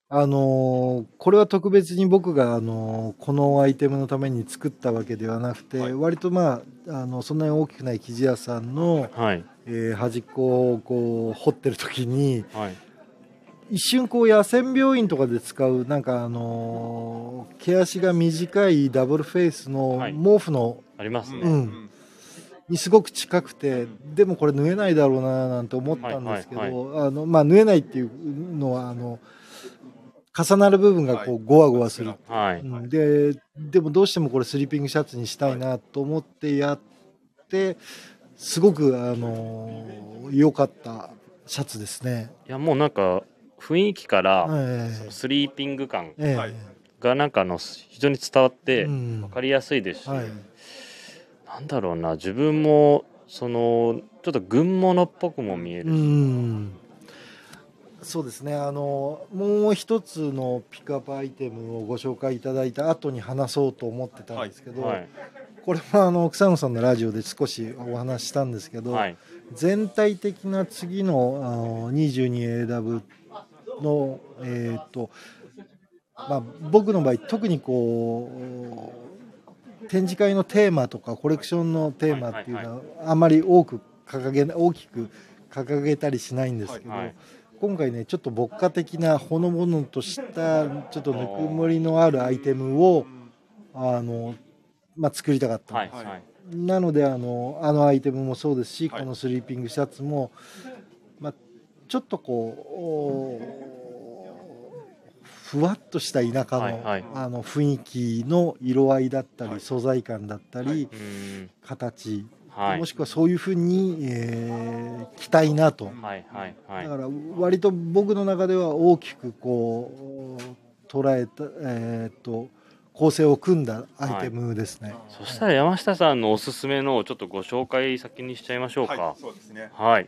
C: あのー、これは特別に僕が、あのー、このアイテムのために作ったわけではなくて、はい、割とまあ、あのそんなに大きくない生地屋さんの、はい、えー、端っこをこう掘ってる時に、はい、一瞬こう野戦病院とかで使うなんかあのー、毛足が短いダブルフェイスの毛布の、はい、
A: ありますね、
C: うん、にすごく近くて、でもこれ縫えないだろうななんて思ったんですけど、はいはいはい、あのまあ、縫えないっていうのはあの重なる部分がこうゴワゴワする、はい、うん、ででもどうしてもこれスリーピングシャツにしたいなと思ってやってすごくあの良かったシャツですね。
A: いやもうなんか雰囲気から、えー、スリーピング感がなんかの非常に伝わって分かりやすいですし、うんはい、なんだろうな、自分もそのちょっと軍物っぽくも見えるし、うん、
C: そうですね、あのもう一つのピックアップアイテムをご紹介いただいた後に話そうと思ってたんですけど、はいはい、これはあの草野さんのラジオで少しお話ししたんですけど、はい、全体的な次の にじゅうにエーダブリュー の、えーとまあ、僕の場合特にこう展示会のテーマとかコレクションのテーマっていうのはあまり多く掲げ大きく掲げたりしないんですけど、はいはい、今回ねちょっと牧歌的なほのぼのとしたちょっとぬくもりのあるアイテムをあの、まあ、作りたかったんです、はいはい、なのであのあのアイテムもそうですし、はい、このスリーピングシャツも、まあ、ちょっとこうふわっとした田舎の、はいはい、あの雰囲気の色合いだったり、はい、素材感だったり、はい、形、はい、もしくはそういうふうに、えー、着たいなと、はいはいはい、だから割と僕の中では大きくこう捉えた、えー、と構成を組んだアイテムですね、はい、
A: そしたら山下さんのおすすめのをちょっとご紹介先にしちゃいましょうか。
B: はい、そうですね、
A: はい、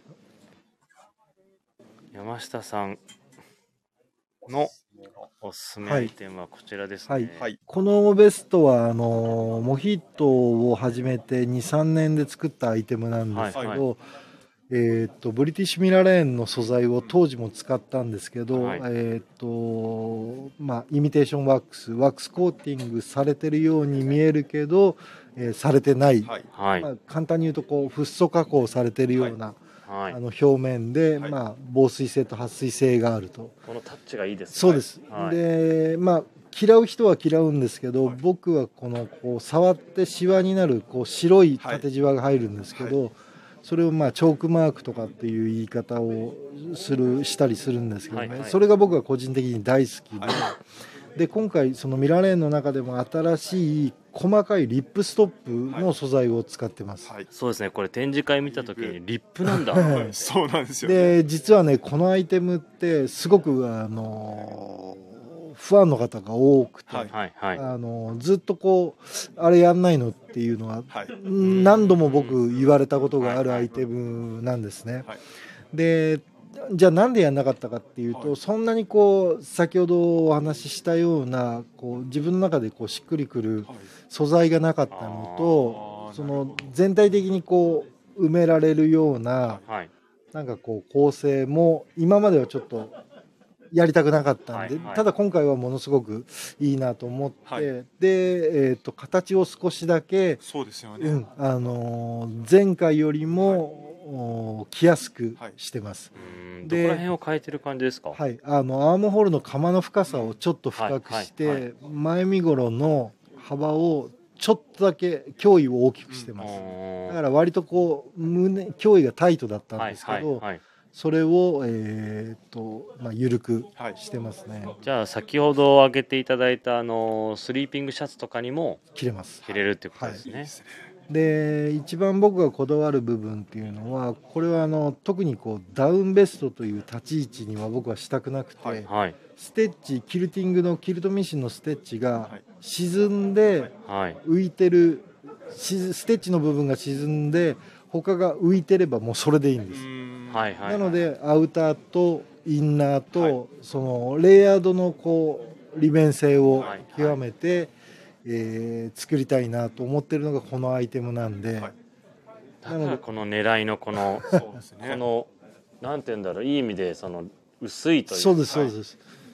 A: 山下さんのおすすめアイテムはこちらですね、はい
C: はい、このベストはあのモヒートを始めて にさんねんで作ったアイテムなんですけど、はいはい、えー、とブリティッシュミラーレーンの素材を当時も使ったんですけど、はい、えーとまあ、イミテーションワックスワックスコーティングされてるように見えるけど、えー、されてない、はい、まあ、簡単に言うとこうフッ素加工されてるような、はいはい、あの表面で、はい、まあ、防水性と撥水性があると。
A: このタッチがいいですね。
C: そうです、はい、でまあ嫌う人は嫌うんですけど、はい、僕はこのこう触ってシワになるこう白い縦じわが入るんですけど、はいはい、それをまあチョークマークとかっていう言い方をするしたりするんですけどね、はいはい、それが僕は個人的に大好きで、はい、で今回そのミラーレーンの中でも新しい細かいリップストップの素材を使ってます、
A: はい、そうですね、これ展示会見た時にリップなんだ
B: そうなんですよ、
C: ね、で実はねこのアイテムってすごくあのファンの方が多くて、はいはいはい、あのずっとこうあれやんないのっていうのは、はい、何度も僕言われたことがあるアイテムなんですね、はいはい、でじゃあなんでやんなかったかっていうと、はい、そんなにこう先ほどお話ししたようなこう自分の中でこうしっくりくる素材がなかったのと、はい、その全体的にこう埋められるような、はい、なんかこう構成も今まではちょっとやりたくなかったんで、はいはい、ただ今回はものすごくいいなと思って、はい、で、えーと、形を少しだけ
B: そうですよね、
C: うん、あのー、前回よりも、はい、着やすくしてます。
A: うん、どこら辺を変えてる感じですか？
C: はい、あのアームホールの釜の深さをちょっと深くして、はいはいはい、前身頃の幅をちょっとだけ胸囲を大きくしてます、うん、だから割とこう胸胸囲がタイトだったんですけど、はいはいはい、それを、えーとまあ、緩くしてますね、はい、
A: じゃあ先ほど挙げていただいたあのスリーピングシャツとかにも
C: 着れます
A: 着れるってことですね、はい、
C: で一番僕がこだわる部分っていうのはこれはあの特にこうダウンベストという立ち位置には僕はしたくなくて、はい、ステッチキルティングのキルトミシンのステッチが沈んで浮いてる、はい、ステッチの部分が沈んで他が浮いてればもうそれでいいんです。はいはいはい、なのでアウターとインナーと、はい、そのレイヤードのこう利便性を極めて、はいはい、えー、作りたいなと思ってるのがこのアイテムなんで、はい、
A: だからこの狙いのこのそうですね、このなんていうんだろう、いい意味でその薄いというか、
C: そうですそうです、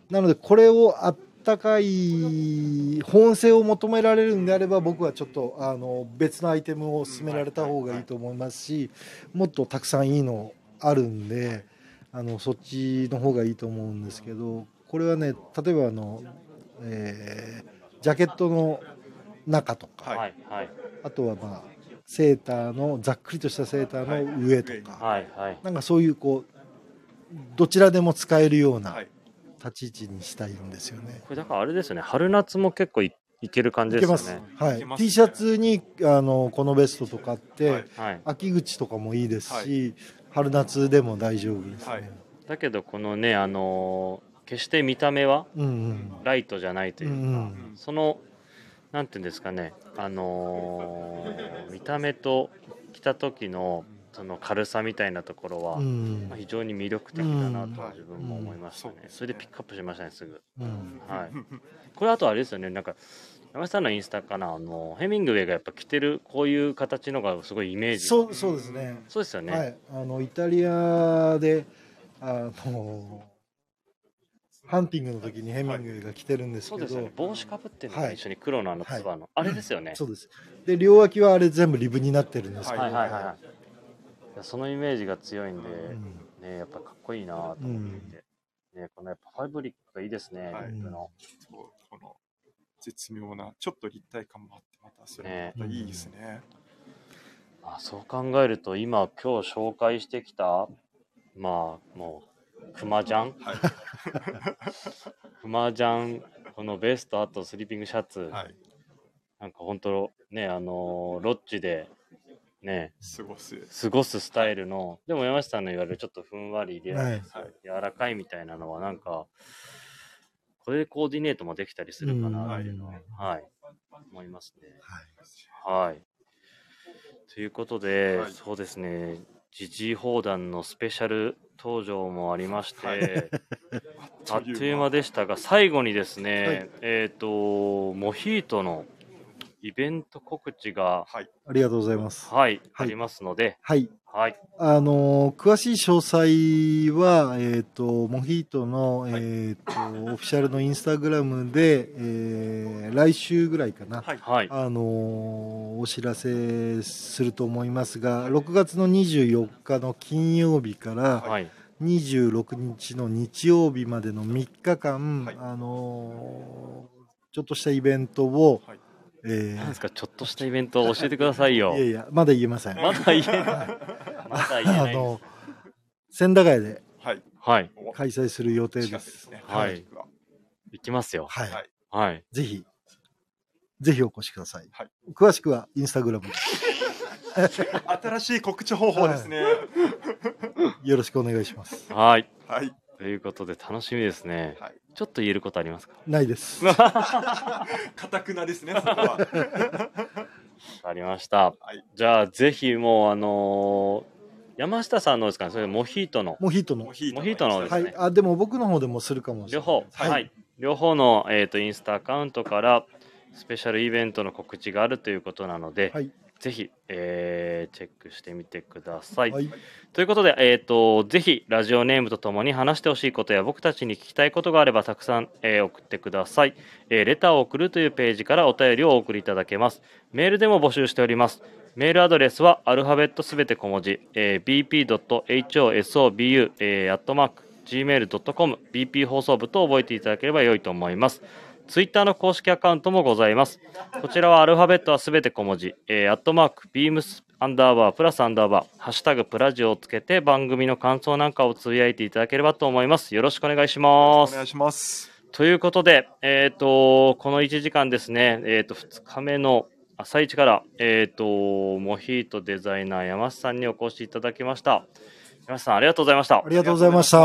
C: なのでこれをあったかい保温性を求められるんであれば、僕はちょっとあの別のアイテムを勧められた方がいいと思いますし、もっとたくさんいいのあるんで、あのそっちの方がいいと思うんですけど、これはね、例えばあの、えー、ジャケットの中とか、はいはい、あとはまあセーターのざっくりとしたセーターの上とか、はいはい、なんかそういうこうどちらでも使えるような立ち位置にしたいんですよね。
A: これだからあれですよね、春夏も結構 い, いける感じですよね。
C: はい、ね、T シャツにあのこのベストとかって、はい、秋口とかもいいですし、はい、春夏でも大丈夫ですね。はい、
A: だけどこのね、あのー、決して見た目はライトじゃないというか、うんうん、そのなんていうんですかね、あのー、見た目と着た時のその軽さみたいなところは、まあ、非常に魅力的だなと自分も思いましたね。それでピックアップしましたね、すぐ。はい、これあとあれですよね、なんか山下さんのインスタかな、あのヘミングウェイがやっぱ着てるこういう形のがすごいイメージ。
C: そうそうですね。
A: そうですよね。
C: はい、あのイタリアであのハンティングの時にヘミングウェイが着てるんですけど、はい、そうですよね、
A: 帽子かぶってるのが一緒に黒のあのつばの、はい、あれですよね。
C: そうです。で両脇はあれ全部リブになってるんですけど、はいはいはい、
A: そのイメージが強いんで、うん、ね、やっぱかっこいいなと思っていて、うん、ね、このやっぱファブリックがいいですね、リップの。
B: この絶妙なちょっと立体感もあって、またそれまたいいですね。ね、
A: うん、あ、そう考えると今今日紹介してきた、まあもうクマジャン、はい、クマジャン、このベスト、あとスリーピングシャツ、はい、なんか本当ね、あのー、ロッジでね、
B: 過ごす
A: 過ごすスタイルの、はい、でも山下さんの言われるちょっとふんわりリラックス、はい、柔らかいみたいなのはなんかこれでコーディネートもできたりするかなっていうのは、はい、思いますね。はい、はい、ということで、はい、そうですね、ジジイ砲弾のスペシャル登場もありまして、はい、あっという間でしたが、最後にですね、はい、えっとモヒートのイベント告知が、
C: はい、ありがとうございます。
A: はい、はい、ありますので、
C: はい、はい、あのー、詳しい詳細は、えっとモヒートの、はい、えっとオフィシャルのインスタグラムで、えー、来週ぐらいかな、はい、あのー、お知らせすると思いますが、はい、ろくがつのにじゅうよっかの金曜日から、はい、にじゅうろくにちの日曜日までのみっかかん、はい、あのー、ちょっとしたイベントを、はい、
A: えー、なんですか、ちょっとしたイベントを教えてくださいよ。
C: いやいや、まだ言えません。
A: まだ言えない。まだ言えない。あの、
C: 千駄ヶ谷で、
A: はい、
C: 開催する予定です。
A: はい。行きますよ。
C: はい。
A: はい。
C: ぜひ、ぜひお越しください。はい、詳しくはインスタグラムで。
B: 新しい告知方法ですね。
C: よろしくお願いします。
A: はい。はい。ということで楽しみですね。はい、ちょっと言えることありますか？
C: ないです。
B: かたくなですね、そこは。わ
A: かりました。はい、じゃあぜひもうあのー、山下さんのですかね、それモヒートの。
C: モヒートの。
A: モヒートのですね。
C: はい。あ、でも僕の方でもするかもしれない。
A: 両方。はい。はい、両方のえっとインスタアカウントからスペシャルイベントの告知があるということなので。はい。ぜひ、えー、チェックしてみてください。はい、ということで、えーと、ぜひラジオネームとともに話してほしいことや僕たちに聞きたいことがあればたくさん、えー、送ってください、えー。レターを送るというページからお便りをお送りいただけます。メールでも募集しております。メールアドレスはアルファベットすべて小文字、えー、ビーピードットホソブ、えー、アットマーク ジーメールドットコム ビーピー 放送部と覚えていただければ良いと思います。ツイッターの公式アカウントもございます。こちらはアルファベットはすべて小文字、えー、アットマーク、ビームス、アンダーバー、プラスアンダーバー、ハッシュタグ、プラジオをつけて番組の感想なんかをつぶやいていただければと思います。よろしくお願いします。
B: お願いします。
A: ということで、えっと、このいちじかんですね、えっと、ふつかめの朝一から、えっと、モヒートデザイナー山下さんにお越しいただきました。山下さん、ありがとうございました。
C: ありがとうございました。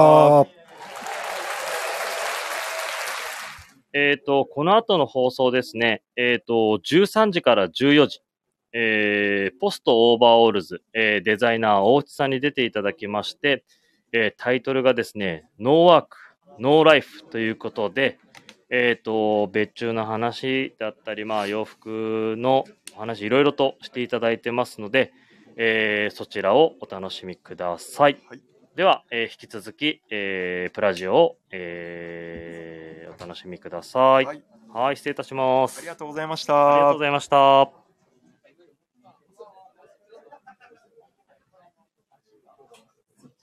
A: えっと、この後の放送ですね、えっと、じゅうさんじからじゅうよじ、えー、ポストオーバーオールズ、えー、デザイナー大内さんに出ていただきまして、えー、タイトルがですね、ノーワーク、ノーライフということで、えっと、別注の話だったり、まあ、洋服のお話、いろいろとしていただいてますので、えー、そちらをお楽しみください。はい、では、えー、引き続き、えー、プラジオを、えー楽しみください。
B: はい、
A: はい、失礼いたします。
B: ありがとうございました。
A: ありがとうございました。